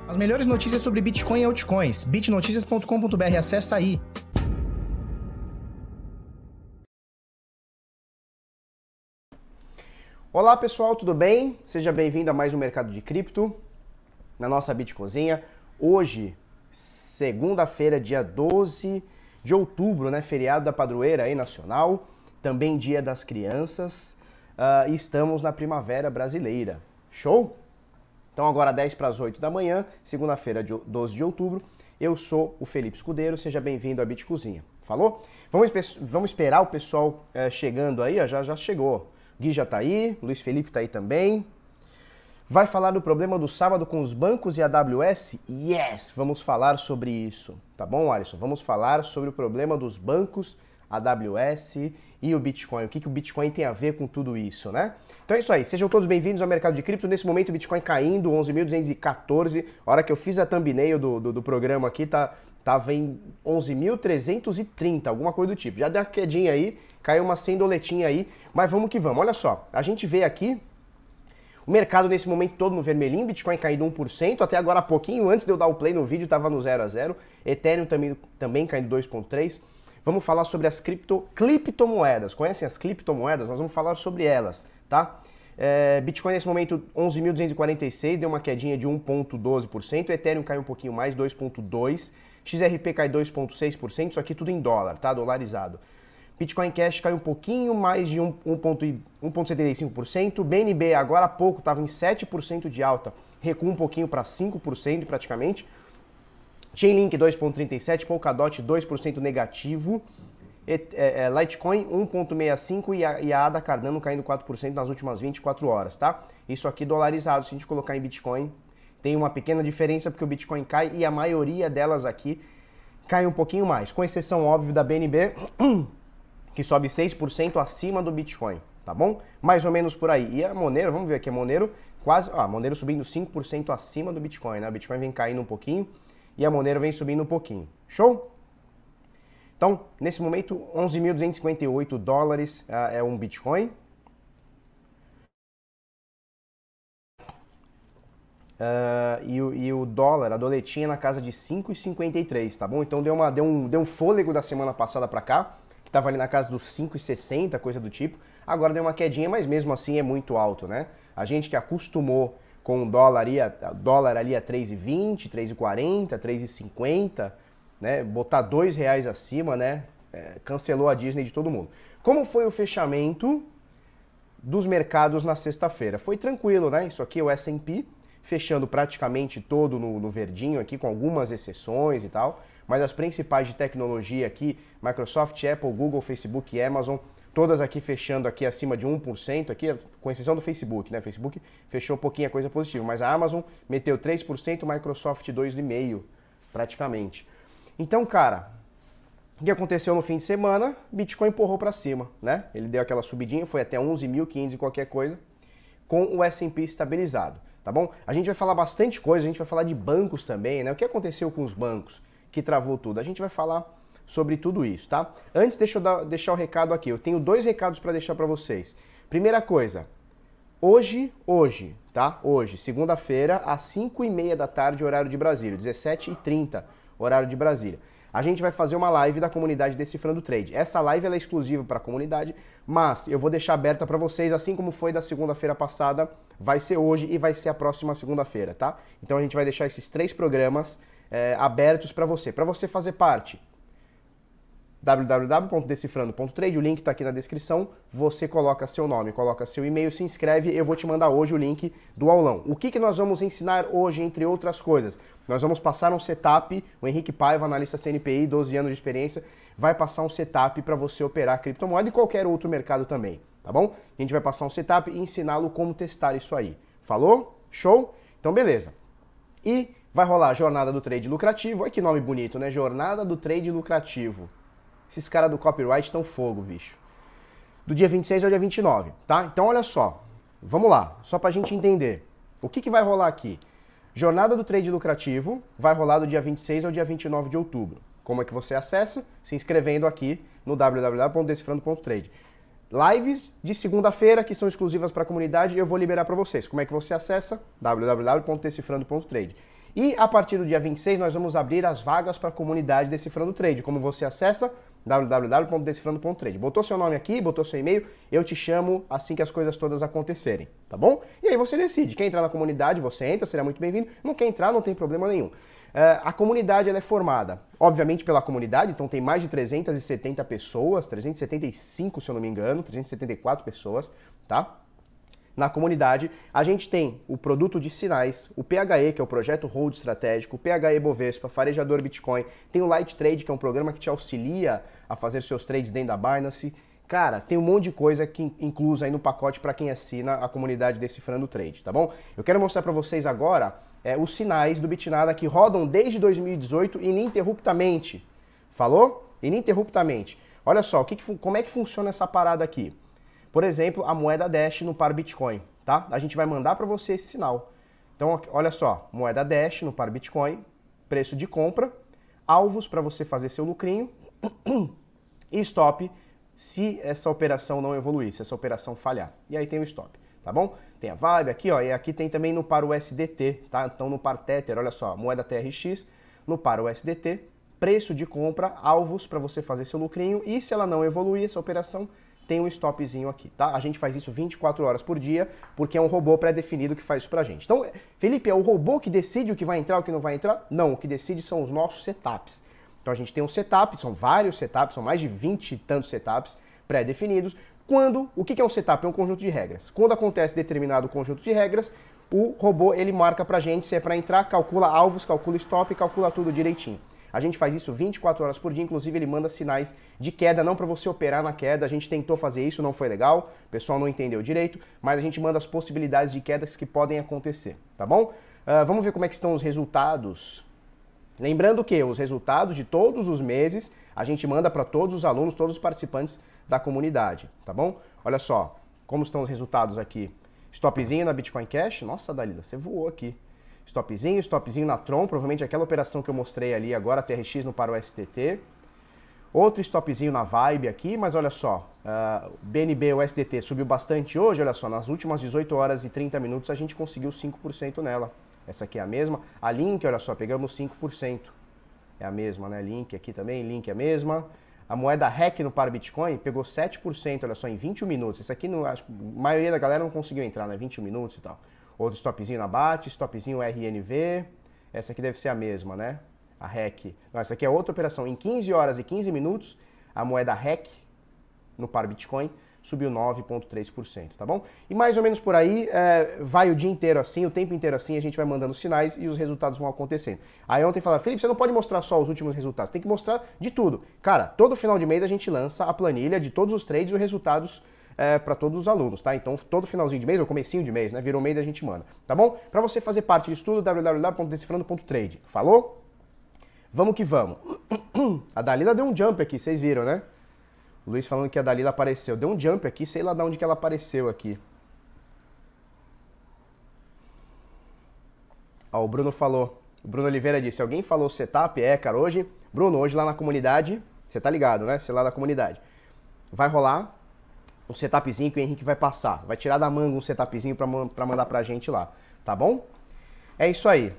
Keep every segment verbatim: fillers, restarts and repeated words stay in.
As melhores notícias sobre Bitcoin e altcoins. bitnoticias ponto com ponto br, acessa aí. Olá pessoal, tudo bem? Seja bem-vindo a mais um Mercado de Cripto, na nossa Bitcozinha. Hoje, segunda-feira, dia doze de outubro, né? Feriado da padroeira aí nacional, também dia das crianças, uh, e estamos na primavera brasileira. Show? Então agora dez para as oito da manhã, segunda-feira, doze de outubro, eu sou o Felipe Escudeiro, seja bem-vindo à Bitcozinha. Falou? Vamos, vamos esperar o pessoal uh, chegando aí, ó, já, já chegou. Gui já tá aí, Luiz Felipe tá aí também. Vai falar do problema do sábado com os bancos e a A W S? Yes! Vamos falar sobre isso, tá bom, Alisson? Vamos falar sobre o problema dos bancos, a A W S e o Bitcoin. O que, que o Bitcoin tem a ver com tudo isso, né? Então é isso aí, sejam todos bem-vindos ao Mercado de Cripto. Nesse momento o Bitcoin caindo, onze mil duzentos e quatorze. A hora que eu fiz a thumbnail do, do, do programa aqui, tá, tava em onze mil trezentos e trinta, alguma coisa do tipo. Já deu uma quedinha aí, caiu uma cem doletinha aí, mas vamos que vamos. Olha só, a gente vê aqui o mercado nesse momento todo no vermelhinho, Bitcoin caindo um por cento, até agora há pouquinho, antes de eu dar o play no vídeo, estava no zero a zero, Ethereum também, também caindo dois vírgula três por cento. Vamos falar sobre as cripto, criptomoedas. Conhecem as criptomoedas? Nós vamos falar sobre elas, tá? É, Bitcoin nesse momento onze mil duzentos e quarenta e seis, deu uma quedinha de um vírgula doze por cento, Ethereum caiu um pouquinho mais, dois vírgula dois por cento, X R P cai dois vírgula seis por cento, isso aqui tudo em dólar, tá? Dolarizado. Bitcoin Cash caiu um pouquinho mais de um vírgula setenta e cinco por cento, B N B agora há pouco estava em sete por cento de alta, recua um pouquinho para cinco por cento praticamente. Chainlink dois vírgula trinta e sete por cento, Polkadot dois por cento negativo, Et, é, é, Litecoin um vírgula sessenta e cinco por cento e a, e a A D A Cardano caindo quatro por cento nas últimas vinte e quatro horas, tá? Isso aqui dolarizado, se a gente colocar em Bitcoin, tem uma pequena diferença porque o Bitcoin cai e a maioria delas aqui cai um pouquinho mais, com exceção, óbvio, da B N B, que sobe seis por cento acima do Bitcoin, tá bom? Mais ou menos por aí. E a Monero, vamos ver aqui, a Monero quase, ó, a Monero subindo cinco por cento acima do Bitcoin, né? O Bitcoin vem caindo um pouquinho e a Monero vem subindo um pouquinho. Show? Então, nesse momento, onze mil duzentos e cinquenta e oito dólares uh, é um Bitcoin. Uh, e, o, e o dólar, a doletinha na casa de cinco vírgula cinquenta e três, tá bom? Então deu, uma, deu, um, deu um fôlego da semana passada para cá, que tava ali na casa dos cinco vírgula sessenta, coisa do tipo. Agora deu uma quedinha, mas mesmo assim é muito alto, né? A gente que acostumou com o dólar ali, a, dólar ali a três vírgula vinte, três vírgula quarenta, três vírgula cinquenta, né? Botar dois reais acima, né? É, cancelou a Disney de todo mundo. Como foi o fechamento dos mercados na sexta-feira? Foi tranquilo, né? Isso aqui é o S and P, fechando praticamente todo no, no verdinho aqui, com algumas exceções e tal, mas as principais de tecnologia aqui, Microsoft, Apple, Google, Facebook e Amazon, todas aqui fechando aqui acima de um por cento, aqui, com exceção do Facebook, né? Facebook fechou um pouquinho a coisa positiva, mas a Amazon meteu três por cento, Microsoft dois vírgula cinco por cento, praticamente. Então, cara, o que aconteceu no fim de semana? Bitcoin empurrou para cima, né? Ele deu aquela subidinha, foi até onze mil e quinhentos e qualquer coisa, com o S and P estabilizado, tá bom? A gente vai falar bastante coisa, a gente vai falar de bancos também, né? O que aconteceu com os bancos que travou tudo? A gente vai falar sobre tudo isso, tá? Antes, deixa eu dar, deixar o recado aqui. Eu tenho dois recados para deixar para vocês. Primeira coisa, hoje, hoje, tá? Hoje, segunda-feira, às cinco e meia da tarde, horário de Brasília, dezessete e trinta, horário de Brasília. A gente vai fazer uma live da comunidade Decifrando Trade. Essa live ela é exclusiva para a comunidade, mas eu vou deixar aberta para vocês, assim como foi da segunda-feira passada, vai ser hoje e vai ser a próxima segunda-feira, tá? Então a gente vai deixar esses três programas é, abertos para você. Para você fazer parte, w w w ponto decifrando ponto trade, o link está aqui na descrição, você coloca seu nome, coloca seu e-mail, se inscreve, eu vou te mandar hoje o link do aulão. O que, que nós vamos ensinar hoje, entre outras coisas? Nós vamos passar um setup, o Henrique Paiva, analista C N P I, doze anos de experiência, vai passar um setup para você operar criptomoeda e qualquer outro mercado também, tá bom? A gente vai passar um setup e ensiná-lo como testar isso aí. Falou? Show? Então beleza. E vai rolar a Jornada do Trade Lucrativo, olha que nome bonito, né? Jornada do Trade Lucrativo. Esses caras do copyright estão fogo, bicho. Do dia vinte e seis ao dia vinte e nove, tá? Então olha só, vamos lá, só pra gente entender. O que, que vai rolar aqui? Jornada do Trade Lucrativo vai rolar do dia vinte e seis ao dia vinte e nove de outubro. Como é que você acessa? Se inscrevendo aqui no w w w ponto decifrando ponto trade. Lives de segunda-feira que são exclusivas para a comunidade, eu vou liberar para vocês. Como é que você acessa? w w w ponto decifrando ponto trade. E a partir do dia vinte e seis nós vamos abrir as vagas para a comunidade Decifrando Trade. Como você acessa? w w w ponto decifrando ponto trade. Botou seu nome aqui, botou seu e-mail, eu te chamo assim que as coisas todas acontecerem, tá bom? E aí você decide, quer entrar na comunidade, você entra, será muito bem-vindo. Não quer entrar, não tem problema nenhum. Uh, a comunidade ela é formada, obviamente, pela comunidade, então tem mais de trezentas e setenta pessoas, trezentas e setenta e cinco se eu não me engano, trezentas e setenta e quatro pessoas, tá? Na comunidade, a gente tem o produto de sinais, o P H E, que é o Projeto Hold Estratégico, o P H E Bovespa, Farejador Bitcoin, tem o Light Trade, que é um programa que te auxilia a fazer seus trades dentro da Binance. Cara, tem um monte de coisa que inclusa aí no pacote para quem assina a comunidade Decifrando Trade, tá bom? Eu quero mostrar para vocês agora é, os sinais do Bitnada que rodam desde dois mil e dezoito ininterruptamente. Falou? Ininterruptamente. Olha só, o que que, como é que funciona essa parada aqui? Por exemplo, a moeda Dash no par Bitcoin, tá? A gente vai mandar para você esse sinal. Então, olha só, moeda Dash no par Bitcoin, preço de compra, alvos para você fazer seu lucrinho e stop se essa operação não evoluir, se essa operação falhar. E aí tem o stop, tá bom? Tem a Vibe aqui, ó, e aqui tem também no par U S D T, tá? Então no par Tether, olha só, moeda T R X, no par U S D T, preço de compra, alvos para você fazer seu lucrinho e se ela não evoluir essa operação, tem um stopzinho aqui, tá? A gente faz isso vinte e quatro horas por dia, porque é um robô pré-definido que faz isso pra gente. Então, Felipe, é o robô que decide o que vai entrar e o que não vai entrar? Não, o que decide são os nossos setups. Então a gente tem um setup, são vários setups, são mais de vinte e tantos setups pré-definidos. Quando, o que é um setup? É um conjunto de regras. Quando acontece determinado conjunto de regras, o robô ele marca pra gente se é pra entrar, calcula alvos, calcula stop, calcula tudo direitinho. A gente faz isso vinte e quatro horas por dia, inclusive ele manda sinais de queda, não para você operar na queda, a gente tentou fazer isso, não foi legal, o pessoal não entendeu direito, mas a gente manda as possibilidades de quedas que podem acontecer, tá bom? Uh, vamos ver como é que estão os resultados. Lembrando que os resultados de todos os meses a gente manda para todos os alunos, todos os participantes da comunidade, tá bom? Olha só, como estão os resultados aqui. Stopzinho na Bitcoin Cash, nossa Dalila, você voou aqui. Stopzinho, stopzinho na Tron, provavelmente aquela operação que eu mostrei ali agora, T R X no par U S D T. Outro stopzinho na Vibe aqui, mas olha só, uh, B N B U S D T subiu bastante hoje, olha só, nas últimas dezoito horas e trinta minutos a gente conseguiu cinco por cento nela. Essa aqui é a mesma. A Link, olha só, pegamos cinco por cento. É a mesma, né? Link aqui também, Link é a mesma. A moeda R E C no par Bitcoin pegou sete por cento, olha só, em vinte e um minutos. Essa aqui, não, acho, a maioria da galera não conseguiu entrar, né? vinte e um minutos e tal. Outro stopzinho na B A T, stopzinho R N V. Essa aqui deve ser a mesma, né? A R E C. Não, essa aqui é outra operação. Em quinze horas e quinze minutos, a moeda R E C no par Bitcoin subiu nove vírgula três por cento, tá bom? E mais ou menos por aí, é, vai o dia inteiro assim, o tempo inteiro assim, a gente vai mandando sinais e os resultados vão acontecendo. Aí ontem falaram, Felipe, você não pode mostrar só os últimos resultados, tem que mostrar de tudo. Cara, todo final de mês a gente lança a planilha de todos os trades e os resultados é, para todos os alunos, tá? Então, todo finalzinho de mês, ou comecinho de mês, né? Virou mês a gente manda, tá bom? Para você fazer parte disso tudo, w w w ponto decifrando ponto trade. Falou? Vamos que vamos. A Dalila deu um jump aqui, vocês viram, né? O Luiz falando que a Dalila apareceu. Deu um jump aqui, sei lá de onde que ela apareceu aqui. Ó, o Bruno falou. O Bruno Oliveira disse, alguém falou setup? É, cara, hoje... Bruno, hoje lá na comunidade, você tá ligado, né? Você lá na comunidade. Vai rolar um setupzinho que o Henrique vai passar. Vai tirar da manga um setupzinho pra, pra mandar pra gente lá. Tá bom? É isso aí.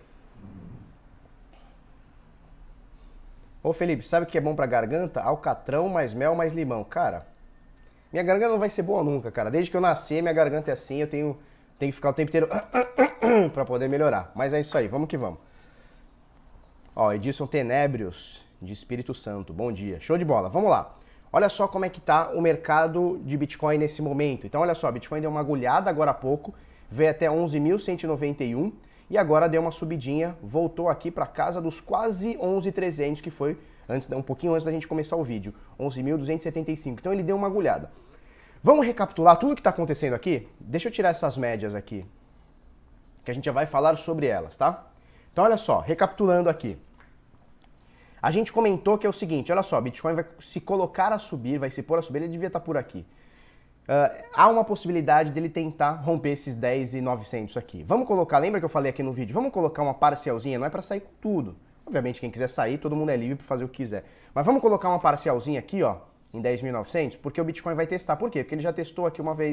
Ô Felipe, sabe o que é bom pra garganta? Alcatrão, mais mel, mais limão. Cara, minha garganta não vai ser boa nunca, cara. Desde que eu nasci, minha garganta é assim, eu tenho, tenho que ficar o tempo inteiro pra poder melhorar. Mas é isso aí, vamos que vamos. Ó, Edilson Tenébrios, de Espírito Santo, bom dia. Show de bola, vamos lá. Olha só como é que tá o mercado de Bitcoin nesse momento. Então olha só, Bitcoin deu uma agulhada agora há pouco, veio até onze mil cento e noventa e um. E agora deu uma subidinha, voltou aqui para casa dos quase onze mil e trezentos, que foi antes, um pouquinho antes da gente começar o vídeo, onze mil duzentos e setenta e cinco. Então ele deu uma agulhada. Vamos recapitular tudo que está acontecendo aqui? Deixa eu tirar essas médias aqui, que a gente já vai falar sobre elas, tá? Então olha só, recapitulando aqui. A gente comentou que é o seguinte, olha só, Bitcoin vai se colocar a subir, vai se pôr a subir, ele devia estar por aqui. Uh, há uma possibilidade dele tentar romper esses dez mil e novecentos aqui. Vamos colocar, lembra que eu falei aqui no vídeo, vamos colocar uma parcialzinha, não é para sair com tudo. Obviamente quem quiser sair, todo mundo é livre para fazer o que quiser. Mas vamos colocar uma parcialzinha aqui, ó, em dez mil e novecentos, porque o Bitcoin vai testar. Por quê? Porque ele já testou aqui uma vez,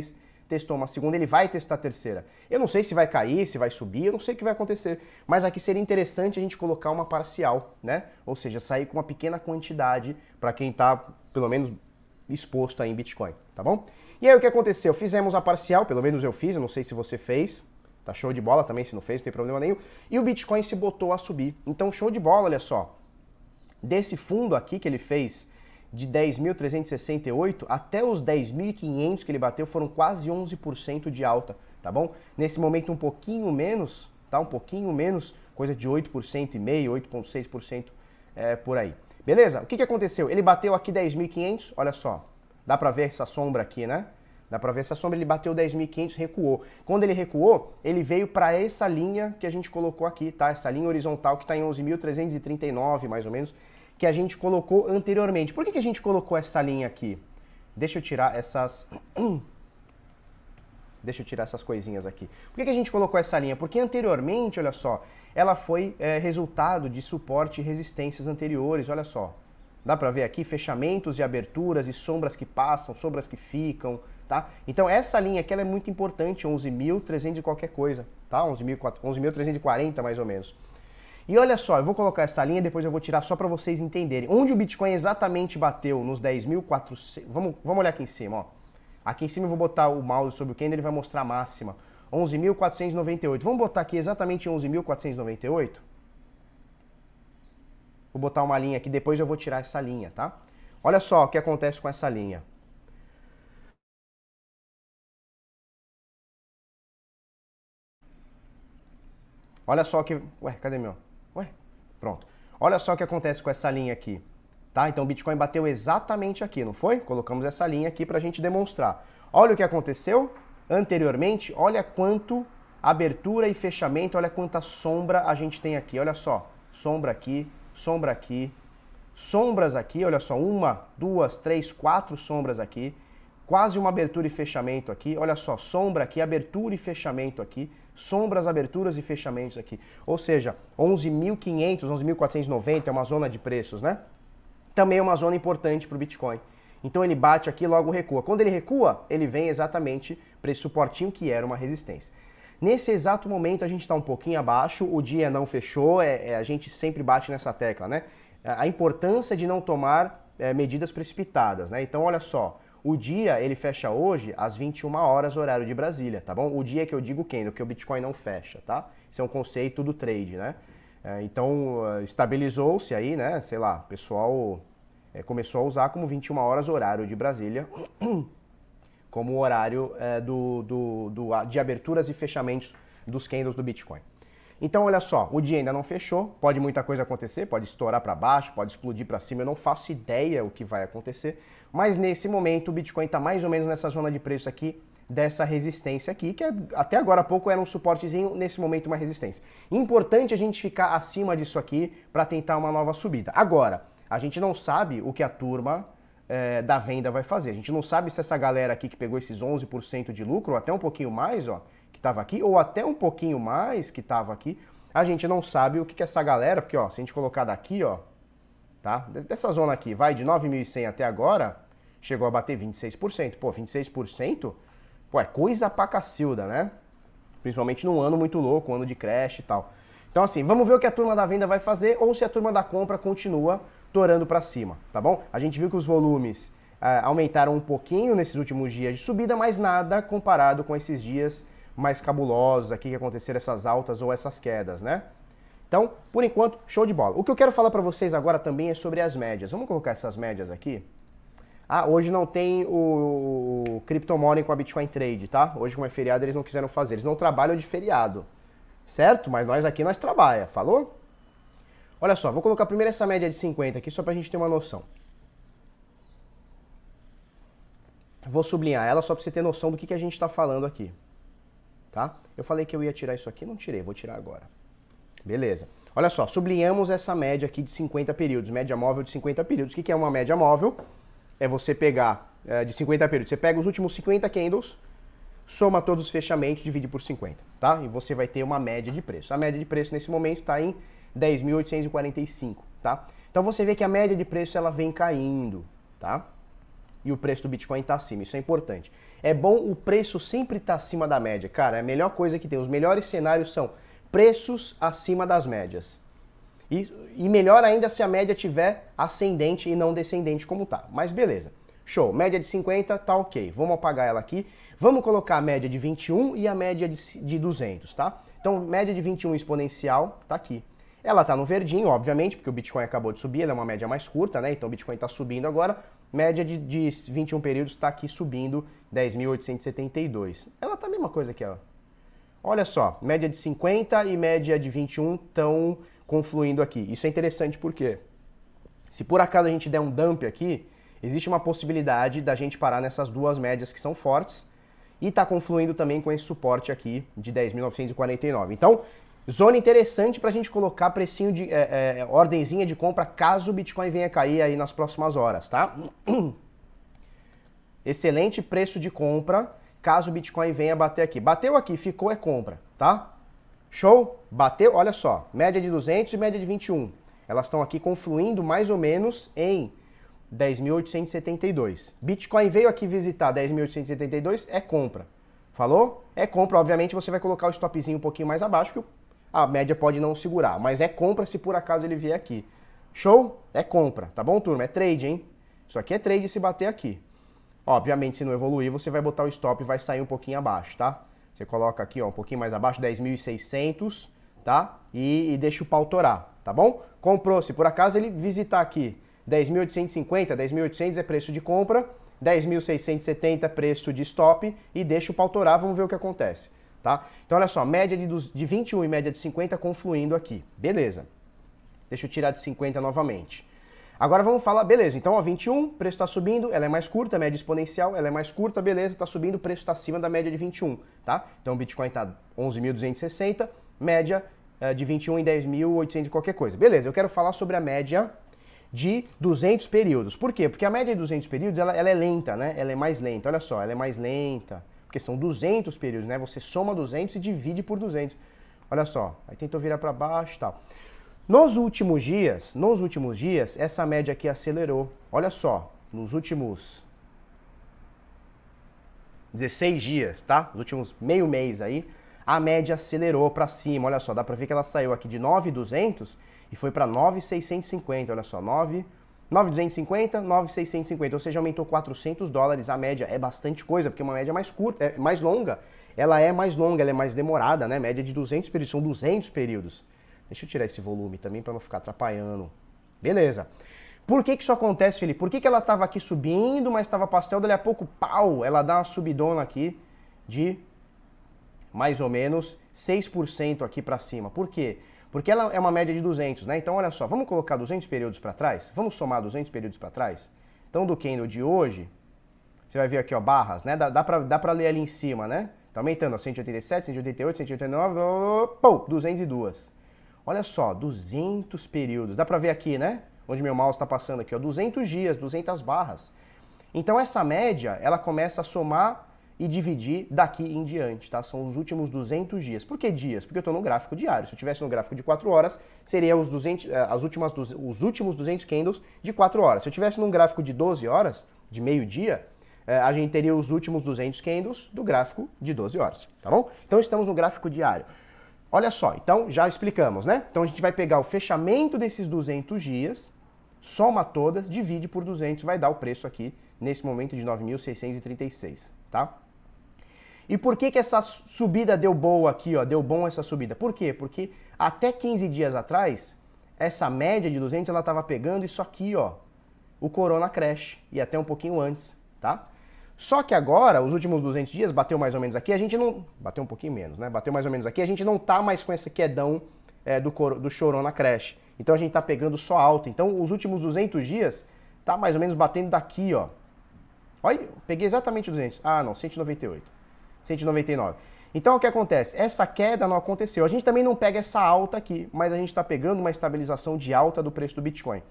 testou uma segunda, ele vai testar a terceira. Eu não sei se vai cair, se vai subir, eu não sei o que vai acontecer. Mas aqui seria interessante a gente colocar uma parcial, né? Ou seja, sair com uma pequena quantidade para quem está, pelo menos, exposto aí em Bitcoin, tá bom? E aí o que aconteceu? Fizemos a parcial, pelo menos eu fiz, eu não sei se você fez. Tá show de bola também, se não fez, não tem problema nenhum. E o Bitcoin se botou a subir. Então, show de bola, olha só. Desse fundo aqui que ele fez, de dez mil trezentos e sessenta e oito até os dez mil e quinhentos que ele bateu, foram quase onze por cento de alta, tá bom? Nesse momento um pouquinho menos, tá? Um pouquinho menos, coisa de oito por cento e meio, oito vírgula seis por cento é, por aí. Beleza? O que, que aconteceu? Ele bateu aqui dez mil e quinhentos, olha só. Dá pra ver essa sombra aqui, né? Dá pra ver essa sombra, ele bateu dez mil e quinhentos, recuou. Quando ele recuou, ele veio para essa linha que a gente colocou aqui, tá? Essa linha horizontal que está em onze mil trezentos e trinta e nove, mais ou menos, que a gente colocou anteriormente. Por que, que a gente colocou essa linha aqui? Deixa eu tirar essas... Deixa eu tirar essas coisinhas aqui. Por que, que a gente colocou essa linha? Porque anteriormente, olha só, ela foi é, resultado de suporte e resistências anteriores, olha só. Dá pra ver aqui fechamentos e aberturas e sombras que passam, sombras que ficam, tá? Então essa linha aqui ela é muito importante, onze mil trezentos e qualquer coisa, tá? onze mil trezentos e quarenta mais ou menos. E olha só, eu vou colocar essa linha, depois eu vou tirar só para vocês entenderem. Onde o Bitcoin exatamente bateu nos dez mil e quatrocentos... Vamos, vamos olhar aqui em cima, ó. Aqui em cima eu vou botar o mouse sobre o candle, ele vai mostrar a máxima. onze mil quatrocentos e noventa e oito. Vamos botar aqui exatamente onze mil quatrocentos e noventa e oito? Vou botar uma linha aqui, depois eu vou tirar essa linha, tá? Olha só o que acontece com essa linha. Olha só que... Ué, cadê meu? Ué, pronto. Olha só o que acontece com essa linha aqui, tá? Então o Bitcoin bateu exatamente aqui, não foi? Colocamos essa linha aqui pra gente demonstrar. Olha o que aconteceu anteriormente, olha quanto abertura e fechamento, olha quanta sombra a gente tem aqui, olha só. Sombra aqui, sombra aqui, sombras aqui, olha só, uma, duas, três, quatro sombras aqui, quase uma abertura e fechamento aqui, olha só, sombra aqui, abertura e fechamento aqui, sombras, aberturas e fechamentos aqui. Ou seja, onze mil e quinhentos, onze mil quatrocentos e noventa é uma zona de preços, né? Também é uma zona importante para o Bitcoin. Então ele bate aqui e logo recua. Quando ele recua, ele vem exatamente para esse suportinho que era uma resistência. Nesse exato momento a gente está um pouquinho abaixo, o dia não fechou, é, é, a gente sempre bate nessa tecla, né? A importância de não tomar é, medidas precipitadas, né? Então olha só, o dia ele fecha hoje às vinte e uma horas horário de Brasília, tá bom? O dia que eu digo candle, que o Bitcoin não fecha, tá? Isso é um conceito do trade, né? É, então estabilizou-se aí, né? Sei lá, o pessoal é, começou a usar como vinte e uma horas horário de Brasília, como o horário é, do, do, do, de aberturas e fechamentos dos candles do Bitcoin. Então, olha só, o dia ainda não fechou, pode muita coisa acontecer, pode estourar para baixo, pode explodir para cima, eu não faço ideia o que vai acontecer, mas nesse momento o Bitcoin está mais ou menos nessa zona de preço aqui, dessa resistência aqui, que até agora há pouco era um suportezinho, nesse momento uma resistência. Importante a gente ficar acima disso aqui para tentar uma nova subida. Agora, a gente não sabe o que a turma é, da venda vai fazer, a gente não sabe se essa galera aqui que pegou esses onze por cento de lucro, ou até um pouquinho mais, ó, que estava aqui, ou até um pouquinho mais que estava aqui, a gente não sabe o que, que essa galera, porque ó, se a gente colocar daqui, ó, tá? Dessa zona aqui, vai de nove mil e cem até agora, chegou a bater vinte e seis por cento. Pô, vinte e seis por cento, pô, é coisa pra cacilda, né? Principalmente num ano muito louco, um ano de crash e tal. Então assim, vamos ver o que a turma da venda vai fazer ou se a turma da compra continua torando pra cima, tá bom? A gente viu que os volumes ah, aumentaram um pouquinho nesses últimos dias de subida, mas nada comparado com esses dias mais cabulosos aqui que aconteceram, essas altas ou essas quedas, né? Então, por enquanto, show de bola. O que eu quero falar para vocês agora também é sobre as médias. Vamos colocar essas médias aqui. Ah, hoje não tem o, o Crypto Morning com a Bitcoin Trade, tá? Hoje, como é feriado, eles não quiseram fazer. Eles não trabalham de feriado, certo? Mas nós aqui, nós trabalha, falou? Olha só, vou colocar primeiro essa média de cinquenta aqui, só pra gente ter uma noção. Vou sublinhar ela só pra você ter noção do que, que a gente tá falando aqui. Tá? Eu falei que eu ia tirar isso aqui, não tirei, vou tirar agora. Beleza. Olha só, sublinhamos essa média aqui de cinquenta períodos, média móvel de cinquenta períodos. O que é uma média móvel? É você pegar é, de cinquenta períodos, você pega os últimos cinquenta candles, soma todos os fechamentos, divide por cinquenta, tá? E você vai ter uma média de preço. A média de preço nesse momento está em dez mil oitocentos e quarenta e cinco, tá? Então você vê que a média de preço ela vem caindo, tá? E o preço do Bitcoin está acima, isso é importante. É bom o preço sempre estar acima da média. Cara, é a melhor coisa que tem. Os melhores cenários são preços acima das médias. E, e melhor ainda se a média tiver ascendente e não descendente como tá. Mas beleza. Show. Média de cinquenta tá ok. Vamos apagar ela aqui. Vamos colocar a média de vinte e um e a média de, de duzentos, tá? Então, média de vinte e um exponencial tá aqui. Ela tá no verdinho, obviamente, porque o Bitcoin acabou de subir, ela é uma média mais curta, né? Então o Bitcoin tá subindo agora. Média de, de vinte e um períodos tá aqui subindo dez mil oitocentos e setenta e dois. Ela tá a mesma coisa aqui, ó. Olha só, média de cinquenta e média de vinte e um estão confluindo aqui. Isso é interessante porque se por acaso a gente der um dump aqui, existe uma possibilidade da gente parar nessas duas médias que são fortes e tá confluindo também com esse suporte aqui de dez mil novecentos e quarenta e nove. Então, zona interessante para a gente colocar precinho de é, é, ordenzinha de compra caso o Bitcoin venha cair aí nas próximas horas, tá? Excelente preço de compra caso o Bitcoin venha bater aqui. Bateu aqui, ficou é compra, tá? Show? Bateu, olha só, média de duzentos e média de vinte e um. Elas estão aqui confluindo mais ou menos em dez mil oitocentos e setenta e dois. Bitcoin veio aqui visitar dez mil oitocentos e setenta e dois, é compra. Falou? É compra, obviamente você vai colocar o stopzinho um pouquinho mais abaixo, porque a média pode não segurar, mas é compra se por acaso ele vier aqui. Show? É compra, tá bom, turma? É trade, hein? Isso aqui é trade se bater aqui. Obviamente, se não evoluir, você vai botar o stop e vai sair um pouquinho abaixo, tá? Você coloca aqui, ó, um pouquinho mais abaixo, dez mil e seiscentos, tá? E, e deixa o pau torar, tá bom? Comprou, se por acaso ele visitar aqui dez mil oitocentos e cinquenta, dez mil e oitocentos é preço de compra, dez mil seiscentos e setenta é preço de stop e deixa o pau torar, vamos ver o que acontece, tá? Então olha só, média de, de vinte e um e média de cinquenta confluindo aqui, beleza. Deixa eu tirar de cinquenta novamente. Agora vamos falar, beleza, então ó, vinte e um, preço está subindo, ela é mais curta, média exponencial, ela é mais curta, beleza, está subindo, o preço está acima da média de vinte e um, tá? Então o Bitcoin está onze mil duzentos e sessenta, média uh, de vinte e um em dez mil e oitocentos e qualquer coisa. Beleza, eu quero falar sobre a média de duzentos períodos. Por quê? Porque a média de duzentos períodos, ela, ela é lenta, né? Ela é mais lenta, olha só, ela é mais lenta, porque são duzentos períodos, né? Você soma duzentos e divide por duzentos. Olha só, aí tentou virar para baixo e tal. Nos últimos dias, nos últimos dias, essa média aqui acelerou. Olha só, nos últimos dezesseis dias, tá? Nos últimos meio mês aí, a média acelerou para cima. Olha só, dá para ver que ela saiu aqui de nove mil e duzentos e foi para nove mil seiscentos e cinquenta. Olha só, nove mil duzentos e cinquenta, nove mil seiscentos e cinquenta. Ou seja, aumentou quatrocentos dólares. A média é bastante coisa, porque uma média mais curta, é mais longa. Ela é mais longa, ela é mais demorada, né? Média de duzentos períodos, são duzentos períodos. Deixa eu tirar esse volume também para não ficar atrapalhando. Beleza. Por que que isso acontece, Felipe? Por que que ela estava aqui subindo, mas estava pastel, dali a pouco, pau, ela dá uma subidona aqui de mais ou menos seis por cento aqui para cima. Por quê? Porque ela é uma média de duzentos, né? Então, olha só, vamos colocar duzentos períodos para trás? Vamos somar duzentos períodos para trás? Então, do candle de hoje, você vai ver aqui, ó, barras, né? Dá, dá para dá para ler ali em cima, né? Tá aumentando, ó, cento e oitenta e sete, cento e oitenta e oito, cento e oitenta e nove, pô, duzentos e dois. Olha só, duzentos períodos. Dá pra ver aqui, né? Onde meu mouse está passando aqui, ó, duzentos dias, duzentas barras. Então essa média, ela começa a somar e dividir daqui em diante, tá? São os últimos duzentos dias. Por que dias? Porque eu estou no gráfico diário. Se eu tivesse no gráfico de quatro horas, seria os, duzentos, as últimas, os últimos duzentos candles de quatro horas. Se eu tivesse num gráfico de doze horas, de meio-dia, a gente teria os últimos duzentos candles do gráfico de doze horas, tá bom? Então estamos no gráfico diário. Olha só, então já explicamos, né? Então a gente vai pegar o fechamento desses duzentos dias, soma todas, divide por duzentos, vai dar o preço aqui, nesse momento, de nove mil seiscentos e trinta e seis, tá? E por que que essa subida deu boa aqui, ó? Deu bom essa subida? Por quê? Porque até quinze dias atrás, essa média de duzentos, ela estava pegando isso aqui, ó, o Corona Crash, e até um pouquinho antes, tá? Só que agora, os últimos duzentos dias, bateu mais ou menos aqui, a gente não... Bateu um pouquinho menos, né? Bateu mais ou menos aqui, a gente não tá mais com esse quedão é, do, do Corona Crash. Então a gente tá pegando só alta. Então os últimos duzentos dias tá mais ou menos batendo daqui, ó. Olha, peguei exatamente duzentos. Ah, não, cento e noventa e oito. cento e noventa e nove. Então o que acontece? Essa queda não aconteceu. A gente também não pega essa alta aqui, mas a gente tá pegando uma estabilização de alta do preço do Bitcoin.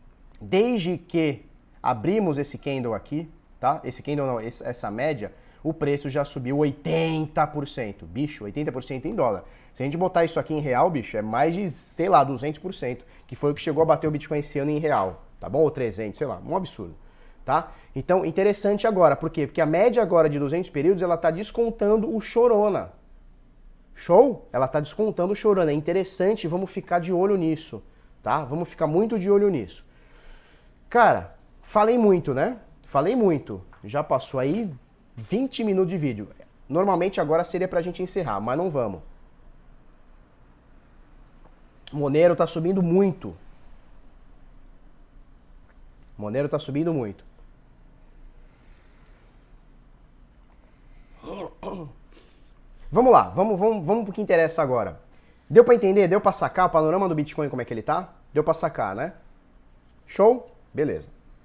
Desde que abrimos esse candle aqui, tá? Esse candle não, essa média, o preço já subiu oitenta por cento. Bicho, oitenta por cento em dólar. Se a gente botar isso aqui em real, bicho, é mais de, sei lá, duzentos por cento, que foi o que chegou a bater o Bitcoin esse ano em real, tá bom? Ou trezentos, sei lá, um absurdo, tá? Então, interessante agora, por quê? Porque a média agora de duzentos períodos, ela está descontando o Chorona. Show? Ela está descontando o Chorona. É interessante, vamos ficar de olho nisso, tá? Vamos ficar muito de olho nisso. Cara, falei muito, né? Falei muito. Já passou aí vinte minutos de vídeo. Normalmente agora seria pra gente encerrar, mas não vamos. Monero tá subindo muito. Monero tá subindo muito. Vamos lá, vamos, vamos, vamos pro que interessa agora. Deu pra entender? Deu pra sacar o panorama do Bitcoin, como é que ele tá? Deu pra sacar, né? Show? Beleza.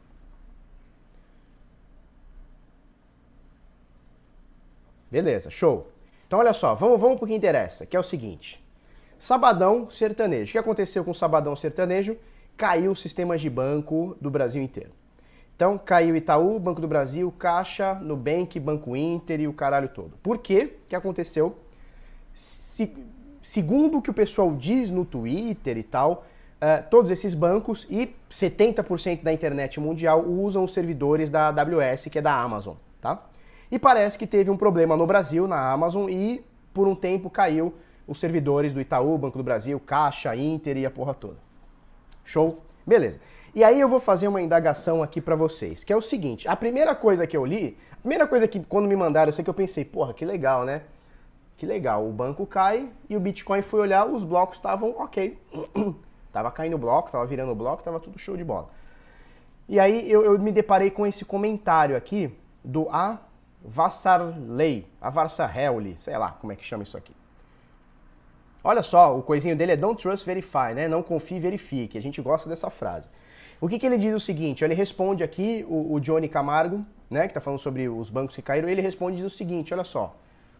Beleza, show. Então olha só, vamos, vamos pro que interessa, que é o seguinte. Sabadão sertanejo. O que aconteceu com o Sabadão sertanejo? Caiu os sistemas de banco do Brasil inteiro. Então caiu Itaú, Banco do Brasil, Caixa, Nubank, Banco Inter e o caralho todo. Por quê? O que aconteceu? Se, segundo o que o pessoal diz no Twitter e tal, uh, todos esses bancos e setenta por cento da internet mundial usam os servidores da A W S, que é da Amazon, tá? E parece que teve um problema no Brasil, na Amazon, e por um tempo caiu os servidores do Itaú, Banco do Brasil, Caixa, Inter e a porra toda. Show? Beleza. E aí eu vou fazer uma indagação aqui pra vocês, que é o seguinte, a primeira coisa que eu li, a primeira coisa que quando me mandaram, eu sei que eu pensei, porra, que legal, né? Que legal, o banco cai e o Bitcoin foi olhar, os blocos estavam ok. Tava caindo o bloco, tava virando o bloco, tava tudo show de bola. E aí eu, eu me deparei com esse comentário aqui do A. Vassarley, Avarsarhelli, sei lá como é que chama isso aqui. Olha só, o coisinho dele é Don't Trust, Verify, né? Não confie, verifique. A gente gosta dessa frase. O que, que ele diz é o seguinte, ele responde aqui, o, o Johnny Camargo, né, que tá falando sobre os bancos que caíram, ele responde diz o seguinte, olha só.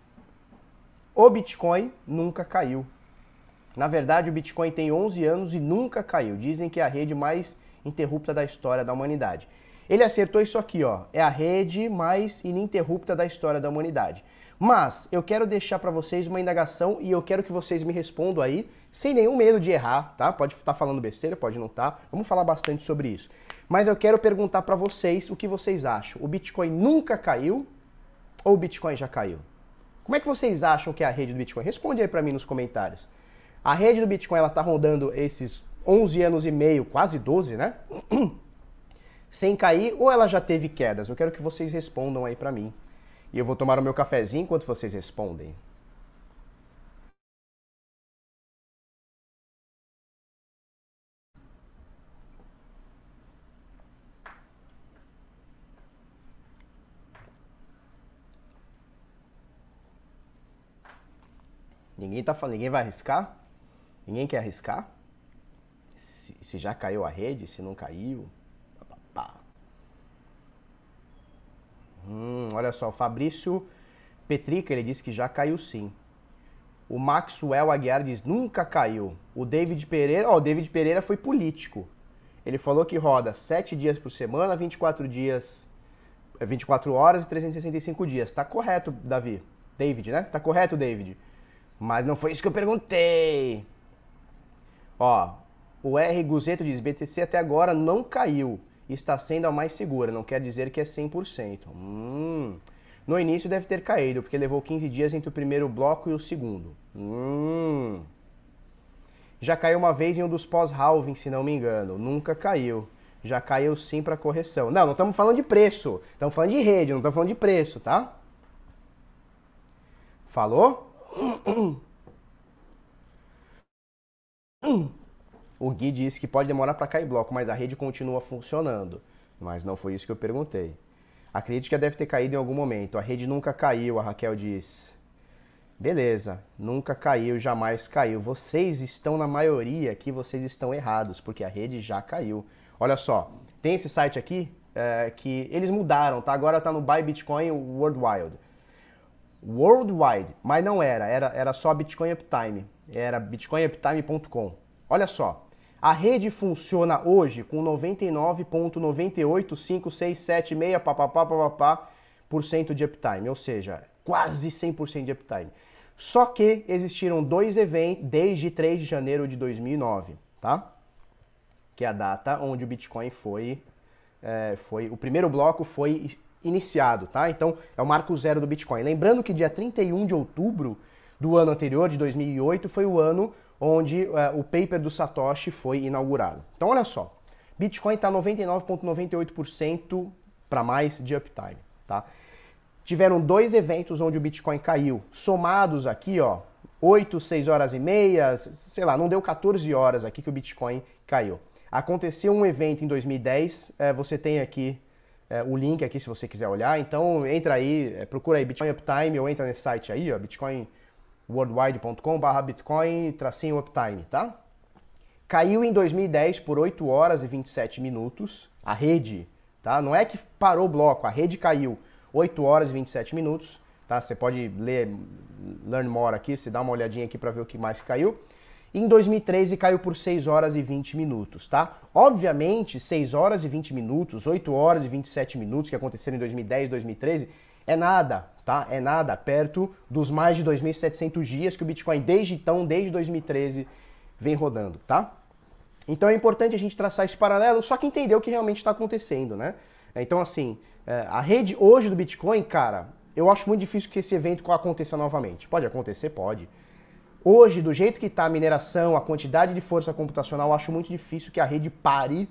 O Bitcoin nunca caiu. Na verdade, o Bitcoin tem onze anos e nunca caiu. Dizem que é a rede mais interrupta da história da humanidade. Ele acertou isso aqui, ó. É a rede mais ininterrupta da história da humanidade. Mas eu quero deixar para vocês uma indagação e eu quero que vocês me respondam aí, sem nenhum medo de errar, tá? Pode estar falando besteira, pode não estar. Vamos falar bastante sobre isso. Mas eu quero perguntar para vocês o que vocês acham. O Bitcoin nunca caiu ou o Bitcoin já caiu? Como é que vocês acham que é a rede do Bitcoin? Responde aí para mim nos comentários. A rede do Bitcoin, ela tá rondando esses onze anos e meio, quase doze, né? Sem cair, ou ela já teve quedas? Eu quero que vocês respondam aí pra mim. E eu vou tomar o meu cafezinho enquanto vocês respondem. Ninguém tá falando, ninguém vai arriscar? Ninguém quer arriscar? Se, se já caiu a rede, se não caiu? Pá. Hum, olha só, o Fabrício Petrica, ele disse que já caiu sim. O Maxwell Aguiar diz, nunca caiu. O David Pereira, ó, o David Pereira foi político. Ele falou que roda sete dias por semana, vinte e quatro dias, vinte e quatro horas e trezentos e sessenta e cinco dias. Tá correto, Davi. David, né? Tá correto, David. Mas não foi isso que eu perguntei. Ó, o R. Guzeto diz, B T C até agora não caiu. Está sendo a mais segura, não quer dizer que é cem por cento. Hum. No início deve ter caído, porque levou quinze dias entre o primeiro bloco e o segundo. Hum. Já caiu uma vez em um dos pós-halving, se não me engano. Nunca caiu. Já caiu sim para correção. Não, não estamos falando de preço. Estamos falando de rede, não estamos falando de preço, tá? Falou? O Gui disse que pode demorar para cair bloco, mas a rede continua funcionando. Mas não foi isso que eu perguntei. Acredito que deve ter caído em algum momento. A rede nunca caiu, a Raquel diz. Beleza, nunca caiu, jamais caiu. Vocês estão na maioria aqui, vocês estão errados, porque a rede já caiu. Olha só, tem esse site aqui é, que eles mudaram, tá? Agora tá no Buy Bitcoin Worldwide. Worldwide, mas não era, era, era só Bitcoin Uptime. Era bitcoin uptime ponto com. Olha só. A rede funciona hoje com noventa e nove vírgula nove oito cinco seis sete seis papapá, papapá, por cento de uptime, ou seja, quase cem por cento de uptime. Só que existiram dois eventos desde três de janeiro de dois mil e nove, tá? Que é a data onde o Bitcoin foi é, foi o primeiro bloco foi iniciado, tá? Então é o marco zero do Bitcoin. Lembrando que dia trinta e um de outubro do ano anterior, de dois mil e oito, foi o ano onde é, o paper do Satoshi foi inaugurado. Então olha só, Bitcoin está noventa e nove vírgula noventa e oito por cento para mais de uptime, tá? Tiveram dois eventos onde o Bitcoin caiu, somados aqui, ó, oito, seis horas e meia, sei lá, não deu quatorze horas aqui que o Bitcoin caiu. Aconteceu um evento em dois mil e dez, é, você tem aqui é, o link aqui se você quiser olhar, então entra aí, é, procura aí Bitcoin Uptime ou entra nesse site aí, ó, bitcoin worldwide ponto com barra bitcoin tracinho uptime, tá? Caiu em dois mil e dez por oito horas e vinte e sete minutos, a rede, tá? Não é que parou o bloco, a rede caiu oito horas e vinte e sete minutos, tá? Você pode ler, learn more aqui, você dá uma olhadinha aqui para ver o que mais caiu. Em dois mil e treze caiu por seis horas e vinte minutos, tá? Obviamente, seis horas e vinte minutos, oito horas e vinte e sete minutos que aconteceram em dois mil e dez e dois mil e treze é nada, tá? É nada perto dos mais de dois mil e setecentos dias que o Bitcoin desde então, desde dois mil e treze, vem rodando, tá? Então é importante a gente traçar esse paralelo, só que entender o que realmente está acontecendo, né? Então assim, a rede hoje do Bitcoin, cara, eu acho muito difícil que esse evento aconteça novamente. Pode acontecer? Pode. Hoje, do jeito que está a mineração, a quantidade de força computacional, eu acho muito difícil que a rede pare.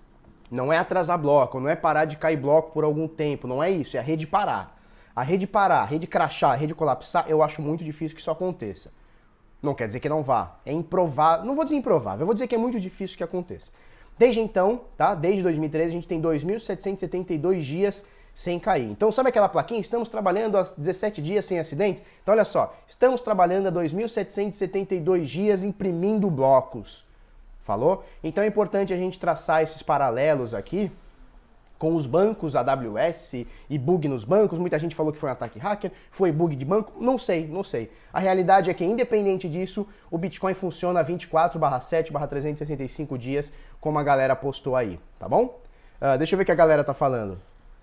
Não é atrasar bloco, não é parar de cair bloco por algum tempo, não é isso, é a rede parar. A rede parar, a rede crashar, a rede colapsar, eu acho muito difícil que isso aconteça. Não quer dizer que não vá, é improvável, não vou dizer improvável, eu vou dizer que é muito difícil que aconteça. Desde então, tá? Desde dois mil e treze, a gente tem dois mil setecentos e setenta e dois dias sem cair. Então, sabe aquela plaquinha? Estamos trabalhando há dezessete dias sem acidentes? Então, olha só, estamos trabalhando há dois mil setecentos e setenta e dois dias imprimindo blocos. Falou? Então é importante a gente traçar esses paralelos aqui com os bancos A W S e bug nos bancos. Muita gente falou que foi um ataque hacker, foi bug de banco. Não sei, não sei. A realidade é que, independente disso, o Bitcoin funciona vinte e quatro barra sete barra trezentos e sessenta e cinco dias, como a galera postou aí, tá bom? Uh, deixa eu ver o que a galera tá falando.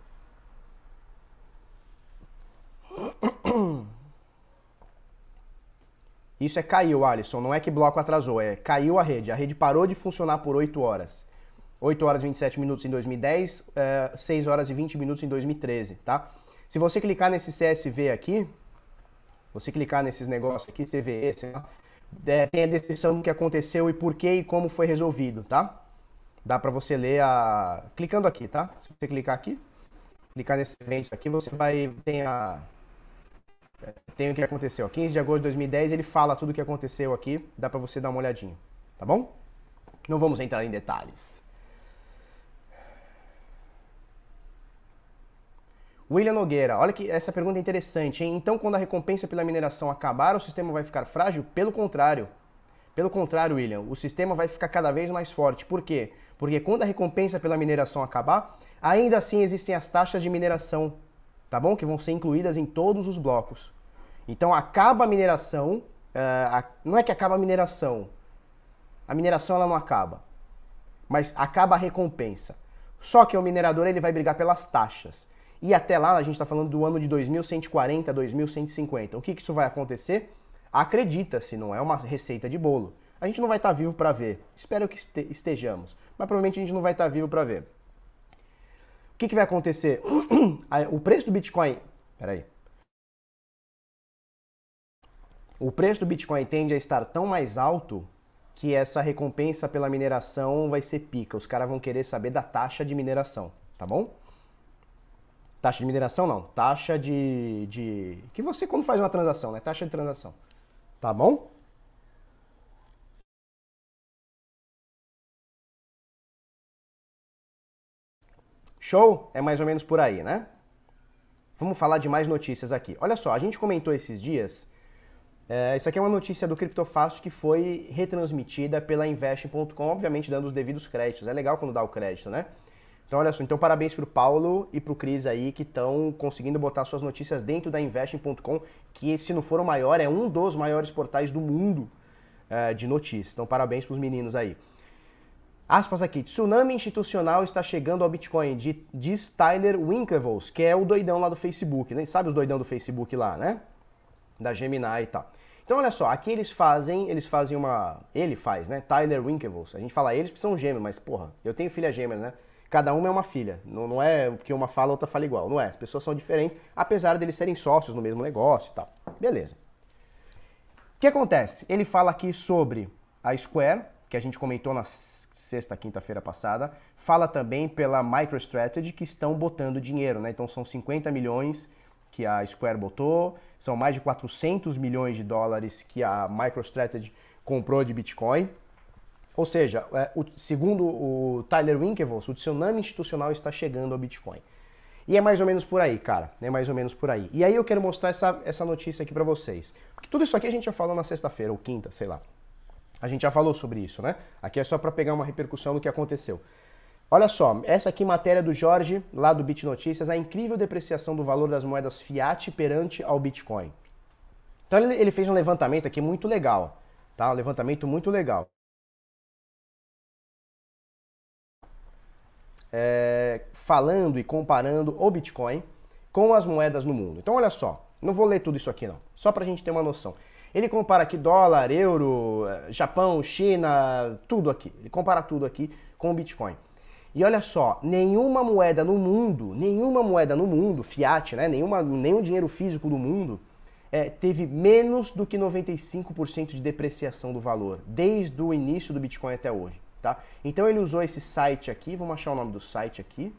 Isso é caiu, Alisson, não é que bloco atrasou, é caiu a rede. A rede parou de funcionar por oito horas. oito horas e vinte e sete minutos em dois mil e dez, é, seis horas e vinte minutos em dois mil e treze, tá? Se você clicar nesse C S V aqui, você clicar nesses negócios aqui, C V E, sei lá, é, tem a descrição do que aconteceu e por que e como foi resolvido, tá? Dá pra você ler a... clicando aqui, tá? Se você clicar aqui, clicar nesses eventos aqui, você vai... tem a... tem o que aconteceu. quinze de agosto de dois mil e dez, ele fala tudo o que aconteceu aqui, dá pra você dar uma olhadinha, tá bom? Não vamos entrar em detalhes. William Nogueira, olha que essa pergunta é interessante, hein? Então, quando a recompensa pela mineração acabar, o sistema vai ficar frágil? Pelo contrário. Pelo contrário, William, o sistema vai ficar cada vez mais forte. Por quê? Porque quando a recompensa pela mineração acabar, ainda assim existem as taxas de mineração, tá bom? Que vão ser incluídas em todos os blocos. Então, acaba a mineração, uh, a, não é que acaba a mineração, a mineração ela não acaba, mas acaba a recompensa. Só que o minerador ele vai brigar pelas taxas. E até lá, a gente está falando do ano de dois mil cento e quarenta, dois mil cento e cinquenta. O que, que isso vai acontecer? Acredita-se, não é uma receita de bolo. A gente não vai estar tá vivo para ver. Espero que estejamos. Mas provavelmente a gente não vai estar tá vivo para ver. O que, que vai acontecer? O preço do Bitcoin... Peraí. O preço do Bitcoin tende a estar tão mais alto que essa recompensa pela mineração vai ser pica. Os caras vão querer saber da taxa de mineração, tá bom? Taxa de mineração não, taxa de, de... que você quando faz uma transação, né? Taxa de transação. Tá bom? Show? É mais ou menos por aí, né? Vamos falar de mais notícias aqui. Olha só, a gente comentou esses dias... É, isso aqui é uma notícia do Criptofácil que foi retransmitida pela Investing ponto com, obviamente dando os devidos créditos. É legal quando dá o crédito, né? Então, olha só, então parabéns pro Paulo e pro Cris aí que estão conseguindo botar suas notícias dentro da Investing ponto com, que se não for o maior, é um dos maiores portais do mundo é, de notícias. Então, parabéns pros meninos aí. Aspas aqui, tsunami institucional está chegando ao Bitcoin, diz Tyler Winklevoss, que é o doidão lá do Facebook, né? Sabe os doidão do Facebook lá, né? Da Gemini e tal. Então, olha só, aqui eles fazem, eles fazem uma... Ele faz, né? Tyler Winklevoss. A gente fala eles porque são gêmeos, mas, porra, eu tenho filha gêmea, né? Cada uma é uma filha. Não, não é porque uma fala, outra fala igual. Não é. As pessoas são diferentes, apesar de eles serem sócios no mesmo negócio e tal. Beleza. O que acontece? Ele fala aqui sobre a Square, que a gente comentou na sexta, quinta-feira passada. Fala também pela MicroStrategy, que estão botando dinheiro, né? Então são cinquenta milhões que a Square botou, são mais de quatrocentos milhões de dólares que a MicroStrategy comprou de Bitcoin. Ou seja, é, o, segundo o Tyler Winklevoss, o tsunami institucional está chegando ao Bitcoin. E é mais ou menos por aí, cara. É mais ou menos por aí. E aí eu quero mostrar essa, essa notícia aqui pra vocês. Porque tudo isso aqui a gente já falou na sexta-feira, ou quinta, sei lá. A gente já falou sobre isso, né? Aqui é só pra pegar uma repercussão do que aconteceu. Olha só, essa aqui matéria do Jorge, lá do Bit Notícias, a incrível depreciação do valor das moedas fiat perante ao Bitcoin. Então ele, ele fez um levantamento aqui muito legal, tá? Um levantamento muito legal. É, falando e comparando o Bitcoin com as moedas no mundo. Então olha só, não vou ler tudo isso aqui não, só pra gente ter uma noção. Ele compara aqui dólar, euro, Japão, China, tudo aqui. Ele compara tudo aqui com o Bitcoin. E olha só, nenhuma moeda no mundo, nenhuma moeda no mundo, fiat, né, nenhuma, nenhum dinheiro físico do mundo, é, teve menos do que noventa e cinco por cento de depreciação do valor, desde o início do Bitcoin até hoje. Tá? Então ele usou esse site aqui, vamos achar o nome do site aqui.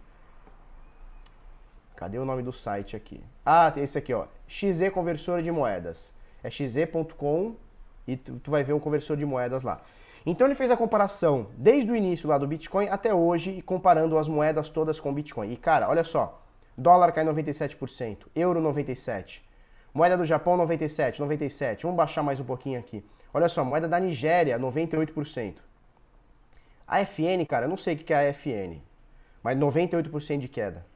Cadê o nome do site aqui? Ah, tem esse aqui, ó, X Z Conversor de Moedas. É x z ponto com e tu, tu vai ver um conversor de moedas lá. Então ele fez a comparação desde o início lá do Bitcoin até hoje e comparando as moedas todas com o Bitcoin. E cara, olha só, dólar cai noventa e sete por cento, euro noventa e sete por cento, moeda do Japão noventa e sete por cento, noventa e sete por cento. Vamos baixar mais um pouquinho aqui. Olha só, moeda da Nigéria noventa e oito por cento. A F N, cara, eu não sei o que é a F N, mas noventa e oito por cento de queda.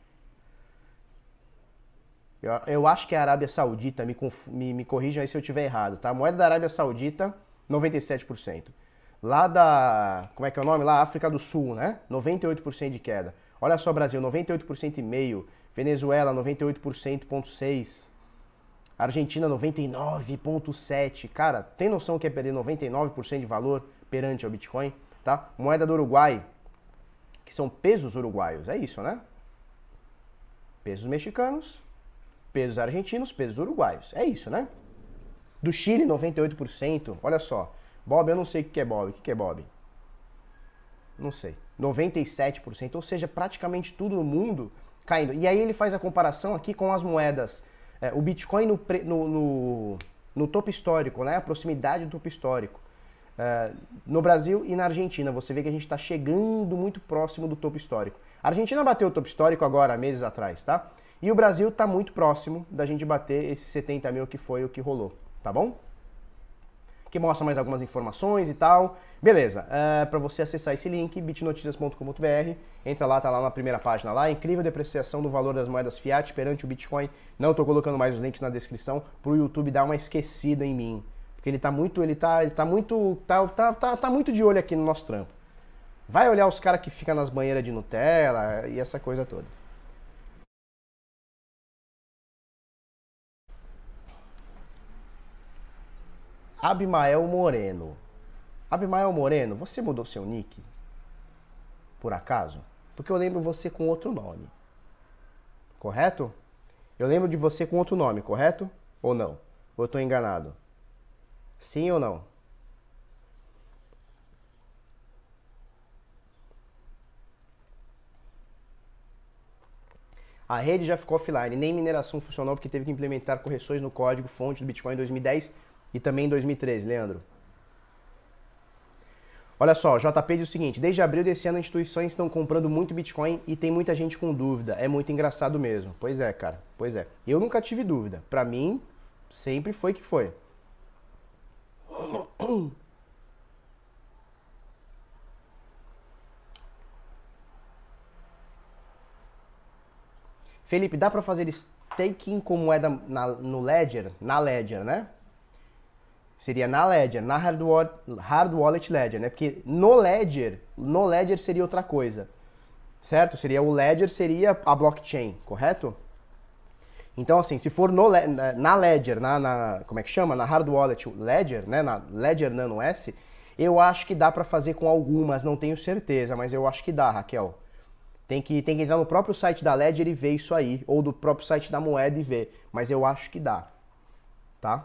Eu, eu acho que é a Arábia Saudita, me, me, me corrijam aí se eu estiver errado, tá? A moeda da Arábia Saudita, noventa e sete por cento. Lá da, como é que é o nome? Lá, África do Sul, né? noventa e oito por cento de queda. Olha só, Brasil, noventa e oito por cento e meio. Venezuela, noventa e oito por cento, ponto seis. Argentina, noventa e nove vírgula sete. Cara, tem noção que é perder noventa e nove por cento de valor perante ao Bitcoin? Tá? Moeda do Uruguai, que são pesos uruguaios, é isso, né? Pesos mexicanos, pesos argentinos, pesos uruguaios, é isso, né? Do Chile, noventa e oito por cento, olha só. Bob, eu não sei o que é Bob, o que é Bob? Não sei. noventa e sete por cento, ou seja, praticamente tudo no mundo caindo. E aí ele faz a comparação aqui com as moedas. É, o Bitcoin no, no, no, no topo histórico, né? A proximidade do topo histórico. Uh, no Brasil e na Argentina, você vê que a gente está chegando muito próximo do topo histórico. A Argentina bateu o topo histórico agora, meses atrás, tá? E o Brasil está muito próximo da gente bater esses setenta mil que foi o que rolou, tá bom? Que mostra mais algumas informações e tal. Beleza, uh, para você acessar esse link, bitnoticias ponto com ponto b r, entra lá, tá lá na primeira página lá, incrível depreciação do valor das moedas fiat perante o Bitcoin. Não estou colocando mais os links na descrição para o YouTube dar uma esquecida em mim. Porque ele tá muito, ele tá, ele tá muito, tá, tá, tá, tá muito de olho aqui no nosso trampo. Vai olhar os caras que ficam nas banheiras de Nutella e essa coisa toda. Abimael Moreno. Abimael Moreno, você mudou seu nick? Por acaso? Porque eu lembro você com outro nome. Correto? Eu lembro de você com outro nome, correto? Ou não? Ou eu tô enganado? Sim ou não? A rede já ficou offline, nem mineração funcionou porque teve que implementar correções no código fonte do Bitcoin em dois mil e dez e também em dois mil e treze, Leandro. Olha só, J P diz o seguinte, desde abril desse ano instituições estão comprando muito Bitcoin e tem muita gente com dúvida, é muito engraçado mesmo. Pois é, cara, pois é. Eu nunca tive dúvida, pra mim sempre foi que foi. Felipe, dá para fazer staking com moeda na, no Ledger? Na Ledger, né? Seria na Ledger, na hard wallet, hard wallet Ledger, né? Porque no Ledger, no Ledger seria outra coisa, certo? Seria o Ledger, seria a blockchain, correto? Então, assim, se for no, na Ledger, na, na, como é que chama? Na Hard Wallet Ledger, né? Na Ledger Nano S, eu acho que dá para fazer com algumas, não tenho certeza, mas eu acho que dá, Raquel. Tem que, tem que entrar no próprio site da Ledger e ver isso aí, ou do próprio site da moeda e ver. Mas eu acho que dá, tá?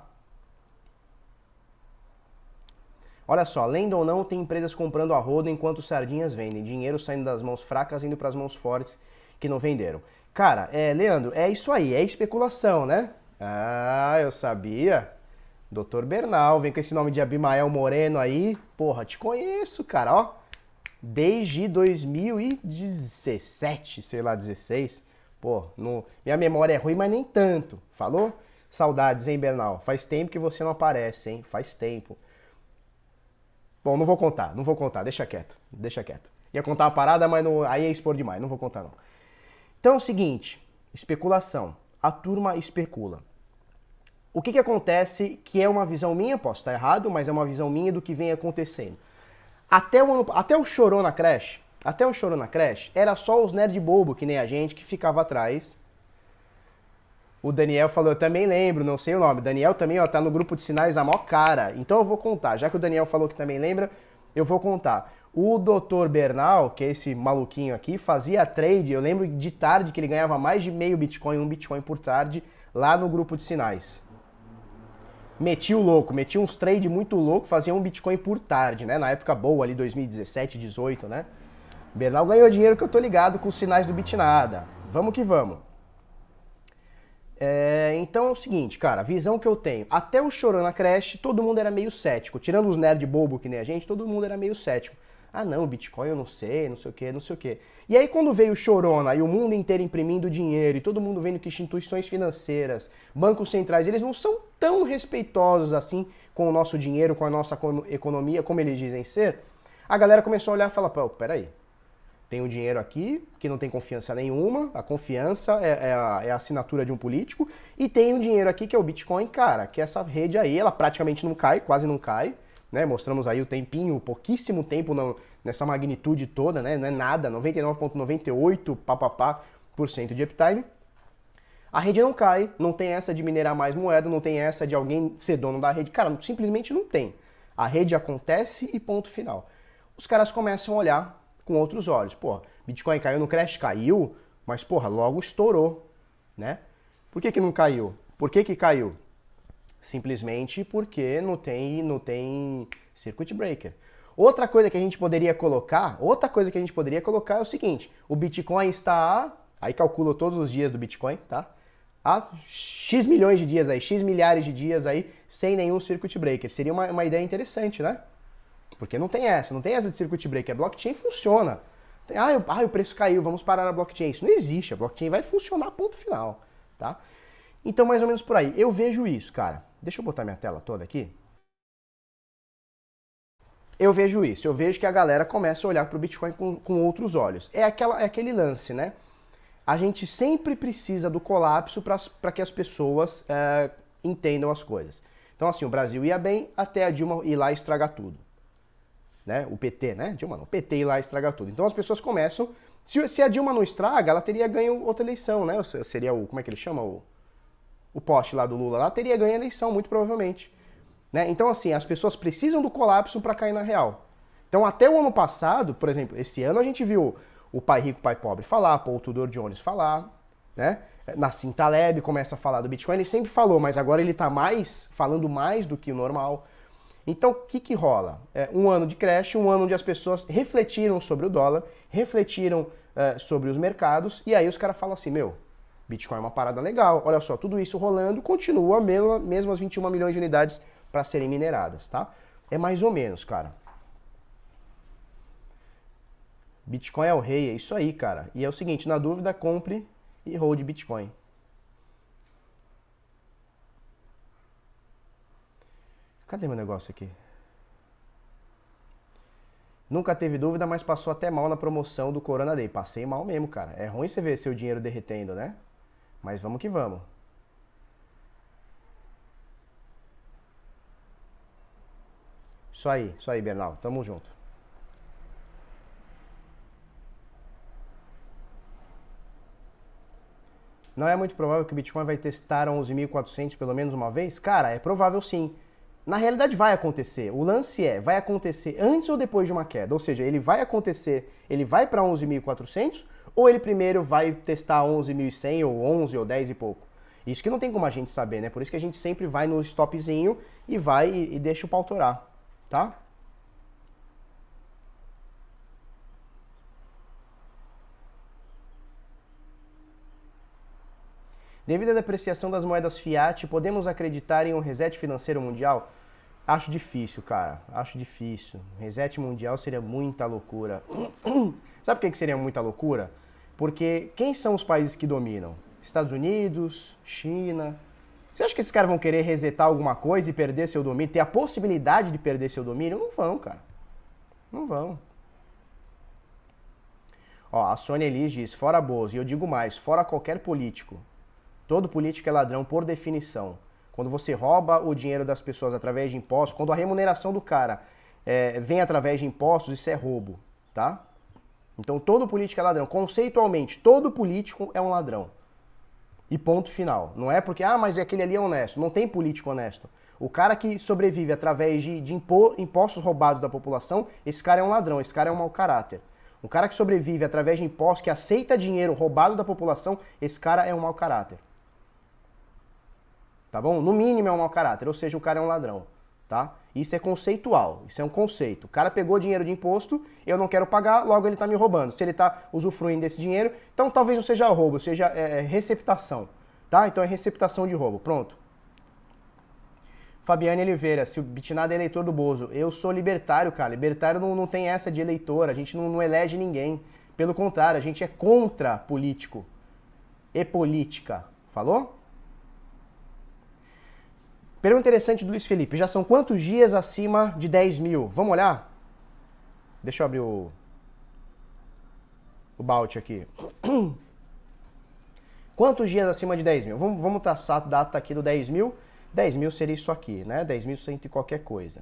Olha só, lenda ou não, tem empresas comprando a roda enquanto sardinhas vendem. Dinheiro saindo das mãos fracas, indo para as mãos fortes que não venderam. Cara, é, Leandro, é isso aí, é especulação, né? Ah, eu sabia. doutor Bernal, vem com esse nome de Abimael Moreno aí. Porra, te conheço, cara, ó. Desde dois mil e dezessete, sei lá, dezesseis. Pô, no... minha memória é ruim, mas nem tanto. Falou? Saudades, hein, Bernal? Faz tempo que você não aparece, hein? Faz tempo. Bom, não vou contar, não vou contar, deixa quieto, deixa quieto. Ia contar uma parada, mas não... aí ia expor demais, não vou contar não. Então é o seguinte, especulação. A turma especula. O que que acontece, que é uma visão minha, posso estar errado, mas é uma visão minha do que vem acontecendo. Até o, ano, até o Chorou na Creche, até o Chorou na Creche, era só os nerd bobo, que nem a gente, que ficava atrás. O Daniel falou, eu também lembro, não sei o nome. Daniel também, ó, tá no grupo de sinais a maior cara. Então eu vou contar, já que o Daniel falou que também lembra, eu vou contar. O doutor Bernal, que é esse maluquinho aqui, fazia trade, eu lembro de tarde que ele ganhava mais de meio Bitcoin, um Bitcoin por tarde, lá no grupo de sinais. Metia o louco, metia uns trade muito louco, fazia um Bitcoin por tarde, né? Na época boa ali, dois mil e dezessete, dezoito, né? Bernal ganhou dinheiro que eu tô ligado com os sinais do Bitnada. Vamos que vamos. É, então é o seguinte, cara, a visão que eu tenho. Até o Chorão na Creche, todo mundo era meio cético. Tirando os nerd bobo que nem a gente, todo mundo era meio cético. Ah não, Bitcoin eu não sei, não sei o que, não sei o que. E aí quando veio o Chorona e o mundo inteiro imprimindo dinheiro e todo mundo vendo que instituições financeiras, bancos centrais, eles não são tão respeitosos assim com o nosso dinheiro, com a nossa economia, como eles dizem ser, a galera começou a olhar e falar, pô, peraí, tem um dinheiro aqui que não tem confiança nenhuma, a confiança é, é, a, é a assinatura de um político, e tem um dinheiro aqui que é o Bitcoin, cara, que essa rede aí, ela praticamente não cai, quase não cai, né? Mostramos aí o tempinho, pouquíssimo tempo não, nessa magnitude toda, né? Não é nada, noventa e nove vírgula noventa e oito papapá por cento de uptime. A rede não cai, não tem essa de minerar mais moeda, não tem essa de alguém ser dono da rede. Cara, simplesmente não tem. A rede acontece e ponto final. Os caras começam a olhar com outros olhos. Pô, Bitcoin caiu no crash? Caiu, mas porra, logo estourou, né? Por que que não caiu? Por que que caiu? Simplesmente porque não tem, não tem circuit breaker. Outra coisa que a gente poderia colocar, outra coisa que a gente poderia colocar é o seguinte, o Bitcoin está a, aí calculo todos os dias do Bitcoin, tá? Há X milhões de dias aí, X milhares de dias aí, sem nenhum circuit breaker. Seria uma, uma ideia interessante, né? Porque não tem essa, não tem essa de circuit breaker. A blockchain funciona. Tem, ah, eu, ah, o preço caiu, vamos parar a blockchain. Isso não existe, a blockchain vai funcionar, ponto final, tá? Então, mais ou menos por aí. Eu vejo isso, cara. Deixa eu botar minha tela toda aqui. Eu vejo isso. Eu vejo que a galera começa a olhar para o Bitcoin com, com outros olhos. É, aquela, é aquele lance, né? A gente sempre precisa do colapso para que as pessoas é, entendam as coisas. Então, assim, o Brasil ia bem até a Dilma ir lá e estragar tudo. Né? O P T, né? Dilma não. O P T ir lá e estragar tudo. Então, as pessoas começam... Se, se a Dilma não estraga, ela teria ganho outra eleição, né? Seria o... Como é que ele chama? O... o poste lá do Lula lá, teria ganho a eleição, muito provavelmente. Né? Então, assim, as pessoas precisam do colapso para cair na real. Então, até o ano passado, por exemplo, esse ano a gente viu o Pai Rico, Pai Pobre falar, Paul Tudor Jones falar, né? Nassim Taleb começa a falar do Bitcoin, ele sempre falou, mas agora ele está mais, falando mais do que o normal. Então, o que que rola? É um ano de crash, um ano onde as pessoas refletiram sobre o dólar, refletiram é, sobre os mercados, e aí os caras falam assim, meu, Bitcoin é uma parada legal, olha só, tudo isso rolando, continua mesmo, mesmo as vinte e um milhões de unidades para serem mineradas, tá? É mais ou menos, cara. Bitcoin é o rei, é isso aí, cara. E é o seguinte, na dúvida, compre e hold Bitcoin. Cadê meu negócio aqui? Nunca teve dúvida, mas passou até mal na promoção do Corona Day. Passei mal mesmo, cara. É ruim você ver seu dinheiro derretendo, né? Mas vamos que vamos. Isso aí, isso aí, Bernal. Tamo junto. Não é muito provável que o Bitcoin vai testar onze mil e quatrocentos pelo menos uma vez? Cara, é provável sim. Na realidade vai acontecer. O lance é, vai acontecer antes ou depois de uma queda? Ou seja, ele vai acontecer, ele vai para onze mil e quatrocentos ou ele primeiro vai testar onze mil e cem ou onze ou dez e pouco. Isso que não tem como a gente saber, né? Por isso que a gente sempre vai no stopzinho e vai e, e deixa o pau torar, tá? Devido à depreciação das moedas fiat, podemos acreditar em um reset financeiro mundial? Acho difícil, cara. Acho difícil. Reset mundial seria muita loucura. Sabe por que seria muita loucura? Porque quem são os países que dominam? Estados Unidos, China. Você acha que esses caras vão querer resetar alguma coisa e perder seu domínio? Ter a possibilidade de perder seu domínio? Não vão, cara. Não vão. Ó, a Sônia Elis diz, fora Bozo. E eu digo mais, fora qualquer político. Todo político é ladrão por definição. Quando você rouba o dinheiro das pessoas através de impostos, quando a remuneração do cara é, vem através de impostos, isso é roubo, tá? Então todo político é ladrão. Conceitualmente, todo político é um ladrão. E ponto final. Não é porque, ah, mas aquele ali é honesto. Não tem político honesto. O cara que sobrevive através de, de impo, impostos roubados da população, esse cara é um ladrão, esse cara é um mau caráter. O cara que sobrevive através de impostos, que aceita dinheiro roubado da população, esse cara é um mau caráter. Tá bom? No mínimo é um mau caráter, ou seja, o cara é um ladrão, tá? Isso é conceitual, isso é um conceito. O cara pegou dinheiro de imposto, eu não quero pagar, logo ele tá me roubando. Se ele tá usufruindo desse dinheiro, então talvez não seja roubo, seja é, receptação, tá? Então é receptação de roubo, pronto. Fabiane Oliveira, se o Bitnada é eleitor do Bozo, eu sou libertário, cara. Libertário não, não tem essa de eleitor, a gente não, não elege ninguém. Pelo contrário, a gente é contra político e política. Falou? Pergunta interessante do Luiz Felipe. Já são quantos dias acima de dez mil? Vamos olhar? Deixa eu abrir o, o Balt aqui. Quantos dias acima de dez mil? Vamos, vamos traçar a data aqui do dez mil. dez mil seria isso aqui, né? dez mil cento e qualquer coisa.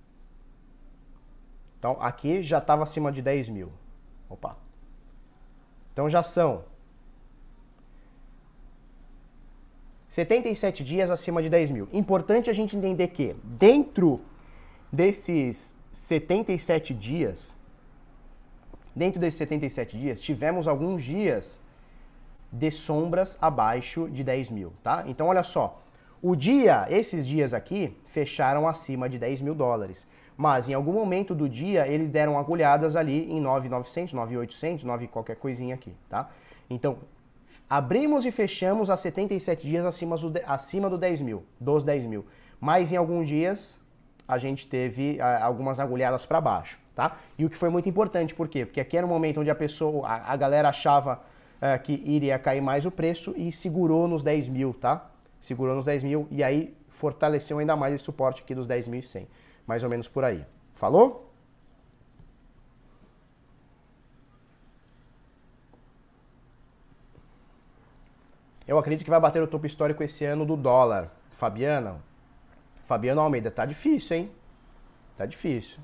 Então, aqui já estava acima de dez mil. Opa. Então, já são setenta e sete dias acima de dez mil. Importante a gente entender que, dentro desses setenta e sete dias, dentro desses setenta e sete dias, tivemos alguns dias de sombras abaixo de dez mil, tá? Então, olha só. O dia, esses dias aqui, fecharam acima de dez mil dólares. Mas em algum momento do dia, eles deram agulhadas ali em nove mil e novecentos, nove mil e oitocentos, nove qualquer coisinha aqui, tá? Então, abrimos e fechamos a setenta e sete dias acima do, acima do dez mil, dos dez mil. Mas em alguns dias, a gente teve a, algumas agulhadas para baixo, tá? E o que foi muito importante, por quê? Porque aqui era um momento onde a pessoa, a, a galera achava uh, que iria cair mais o preço e segurou nos dez mil, tá? Segurou nos dez mil e aí fortaleceu ainda mais esse suporte aqui dos dez mil e cem. Mais ou menos por aí. Falou? Eu acredito que vai bater o topo histórico esse ano do dólar. Fabiana? Fabiano Almeida, tá difícil, hein? Tá difícil.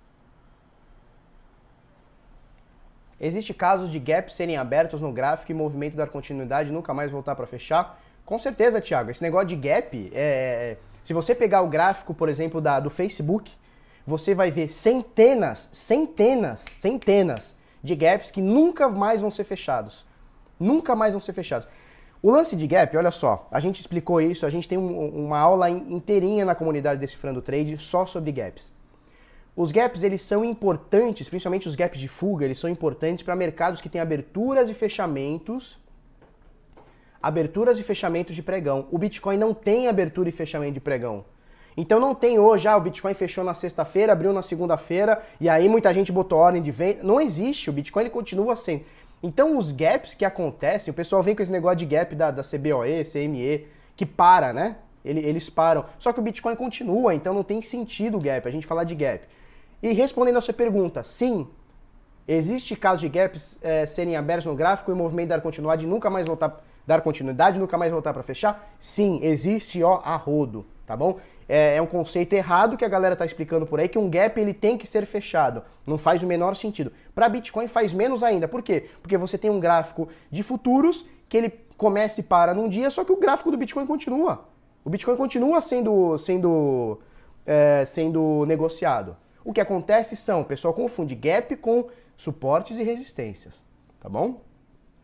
Existe casos de gaps serem abertos no gráfico e movimento dar continuidade e nunca mais voltar para fechar? Com certeza, Thiago. Esse negócio de gap, é... se você pegar o gráfico, por exemplo, da, do Facebook, você vai ver centenas, centenas, centenas de gaps que nunca mais vão ser fechados. Nunca mais vão ser fechados. O lance de gap, olha só, a gente explicou isso, a gente tem um, uma aula inteirinha na comunidade Decifrando Trade só sobre gaps. Os gaps, eles são importantes, principalmente os gaps de fuga, eles são importantes para mercados que têm aberturas e fechamentos aberturas e fechamentos de pregão. O Bitcoin não tem abertura e fechamento de pregão. Então não tem hoje, ah, o Bitcoin fechou na sexta-feira, abriu na segunda-feira, e aí muita gente botou ordem de venda. Não existe, o Bitcoin ele continua sendo. Então os gaps que acontecem, o pessoal vem com esse negócio de gap da, da C B O E, C M E, que para, né? Eles param. Só que o Bitcoin continua, então não tem sentido o gap, a gente falar de gap. E respondendo a sua pergunta, sim, existe caso de gaps é, serem abertos no gráfico e o movimento dar continuidade e nunca mais voltar, dar continuidade, nunca mais voltar para fechar? Sim, existe, ó, a rodo, tá bom? É, é um conceito errado que a galera tá explicando por aí, que um gap ele tem que ser fechado. Não faz o menor sentido. Para Bitcoin faz menos ainda. Por quê? Porque você tem um gráfico de futuros que ele começa e para num dia, só que o gráfico do Bitcoin continua. O Bitcoin continua sendo, sendo, é, sendo negociado. O que acontece são, o pessoal confunde gap com suportes e resistências, tá bom?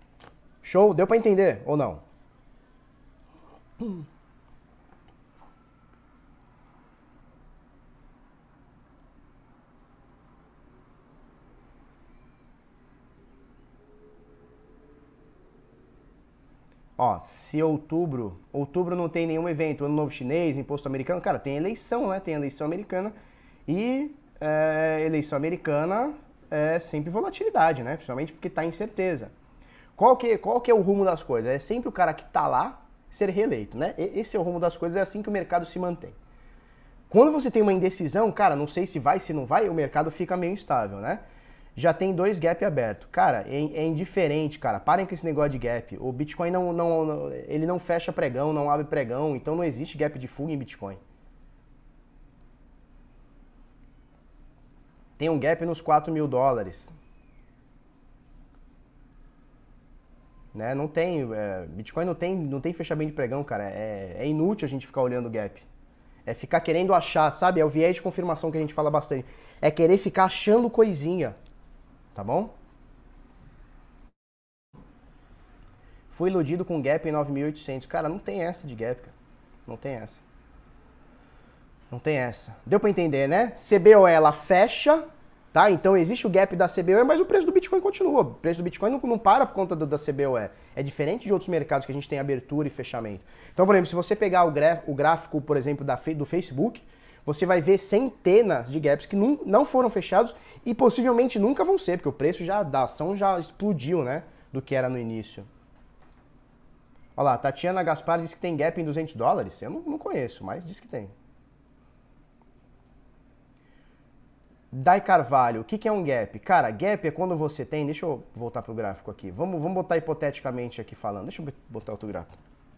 Show? Deu para entender ou não? Ó, se outubro, outubro não tem nenhum evento, ano novo chinês, imposto americano, cara, tem eleição, né? Tem eleição americana e é, eleição americana é sempre volatilidade, né? Principalmente porque tá incerteza. Qual que, qual que é o rumo das coisas? É sempre o cara que tá lá ser reeleito, né? Esse é o rumo das coisas, é assim que o mercado se mantém. Quando você tem uma indecisão, cara, não sei se vai, se não vai, o mercado fica meio instável, né? Já tem dois gap abertos. Cara, é, é indiferente, cara. Parem com esse negócio de gap. O Bitcoin não, não, não, ele não fecha pregão, não abre pregão, então não existe gap de fuga em Bitcoin. Tem um gap nos quatro mil dólares. Né? Não tem, é, Bitcoin não tem, não tem fechamento de pregão, cara. É, é inútil a gente ficar olhando o gap. É ficar querendo achar, sabe? É o viés de confirmação que a gente fala bastante. É querer ficar achando coisinha. Tá bom? Fui iludido com gap em nove mil e oitocentos. Cara, não tem essa de gap, cara. Não tem essa. Não tem essa. Deu pra entender, né? C B O E, ela fecha, tá? Então existe o gap da C B O E, mas o preço do Bitcoin continua. O preço do Bitcoin não, não para por conta do, da C B O E. É diferente de outros mercados que a gente tem abertura e fechamento. Então, por exemplo, se você pegar o, graf, o gráfico, por exemplo, da, do Facebook, você vai ver centenas de gaps que não, não foram fechados e possivelmente nunca vão ser, porque o preço já, da ação já explodiu, né? Do que era no início. Olha lá, Tatiana Gaspar disse que tem gap em duzentos dólares. Eu não, não conheço, mas diz que tem. Dai Carvalho, o que, que é um gap? Cara, gap é quando você tem... Deixa eu voltar pro gráfico aqui. Vamos, vamos botar hipoteticamente aqui falando. Deixa eu botar outro gráfico.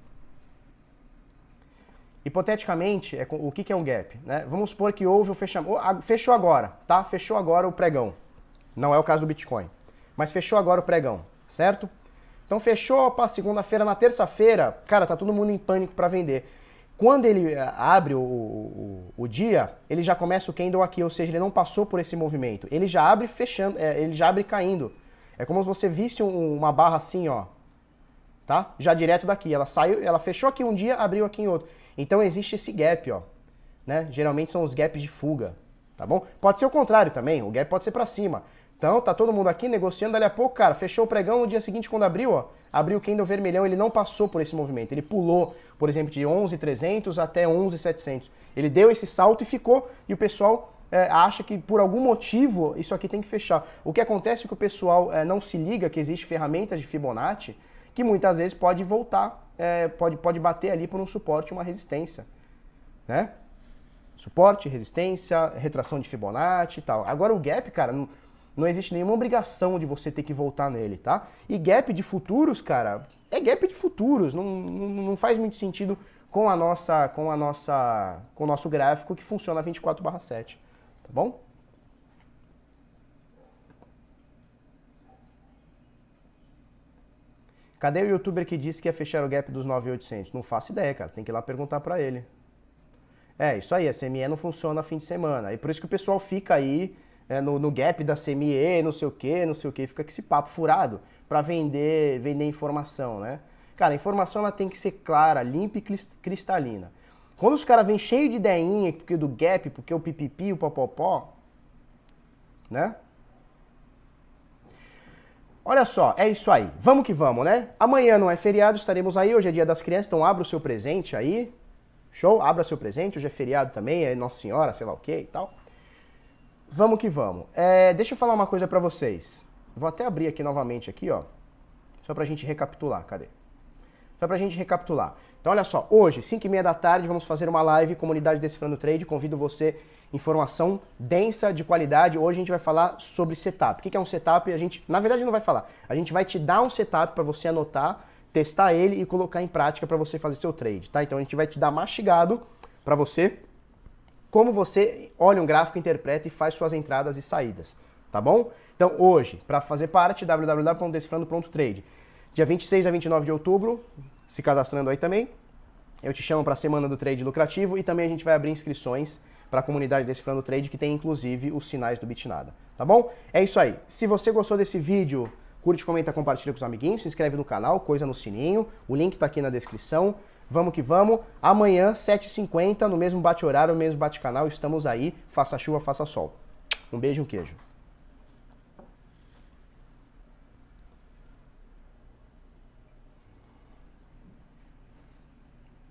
Hipoteticamente, é, o que, que é um gap? Né? Vamos supor que houve o fechamento... Fechou agora, tá? Fechou agora o pregão. Não é o caso do Bitcoin. Mas fechou agora o pregão, certo? Então fechou para segunda-feira, na terça-feira, cara, tá todo mundo em pânico para vender. Quando ele abre o, o, o dia, ele já começa o candle aqui, ou seja, ele não passou por esse movimento. Ele já abre fechando, é, ele já abre caindo. É como se você visse um, uma barra assim, ó, tá? Já direto daqui. Ela saiu, ela fechou aqui um dia, abriu aqui em outro. Então existe esse gap, ó, né? Geralmente são os gaps de fuga, tá bom? Pode ser o contrário também, o gap pode ser para cima. Então tá todo mundo aqui negociando, dali a pouco, cara, fechou o pregão, no dia seguinte quando abriu, ó, abriu o candle vermelhão, ele não passou por esse movimento, ele pulou, por exemplo, de onze mil e trezentos até onze mil e setecentos. Ele deu esse salto e ficou, e o pessoal é, acha que por algum motivo isso aqui tem que fechar. O que acontece é que o pessoal é, não se liga que existe ferramentas de Fibonacci que muitas vezes pode voltar, é, pode, pode bater ali por um suporte, uma resistência, né? Suporte, resistência, retração de Fibonacci e tal. Agora o gap, cara, não, não existe nenhuma obrigação de você ter que voltar nele, tá? E gap de futuros, cara, é gap de futuros, não, não, não faz muito sentido com a nossa, com a nossa, com o nosso gráfico que funciona vinte e quatro barra sete, tá bom? Cadê o youtuber que disse que ia fechar o gap dos nove mil e oitocentos? Não faço ideia, cara. Tem que ir lá perguntar pra ele. É, isso aí. A C M E não funciona fim de semana. E por isso que o pessoal fica aí é, no, no gap da C M E, não sei o que, não sei o que. Fica com esse papo furado pra vender, vender informação, né? Cara, a informação ela tem que ser clara, limpa e cristalina. Quando os caras vêm cheio de ideinha, porque do gap, porque o pipipi, o popopó, né? Olha só, é isso aí. Vamos que vamos, né? Amanhã não é feriado, estaremos aí. Hoje é dia das crianças, então abra o seu presente aí. Show? Abra seu presente. Hoje é feriado também, é Nossa Senhora, sei lá o que e tal. Vamos que vamos. É, deixa eu falar uma coisa pra vocês. Vou até abrir aqui novamente, aqui, ó. Só pra gente recapitular. Cadê? Só pra gente recapitular. Então, olha só. Hoje, cinco e meia da tarde, vamos fazer uma live, Comunidade Decifrando Trade. Convido você... Informação densa, de qualidade. Hoje a gente vai falar sobre setup. O que é um setup? A gente, na verdade, não vai falar. A gente vai te dar um setup para você anotar, testar ele e colocar em prática para você fazer seu trade, tá? Então a gente vai te dar mastigado para você como você olha um gráfico, interpreta e faz suas entradas e saídas, tá bom? Então hoje, para fazer parte, w w w ponto decifrando ponto trade. Dia vinte e seis a vinte e nove de outubro, se cadastrando aí também. Eu te chamo para a Semana do Trade Lucrativo e também a gente vai abrir inscrições para a comunidade Decifrando Trade, que tem inclusive os sinais do Bitnada, tá bom? É isso aí. Se você gostou desse vídeo, Curte, comenta, compartilha com os amiguinhos, se inscreve no canal, coisa no sininho, o link tá aqui na descrição. Vamos que vamos. Amanhã, sete e cinquenta, no mesmo bate-horário, no mesmo bate-canal, estamos aí. Faça chuva, faça sol. Um beijo e um queijo.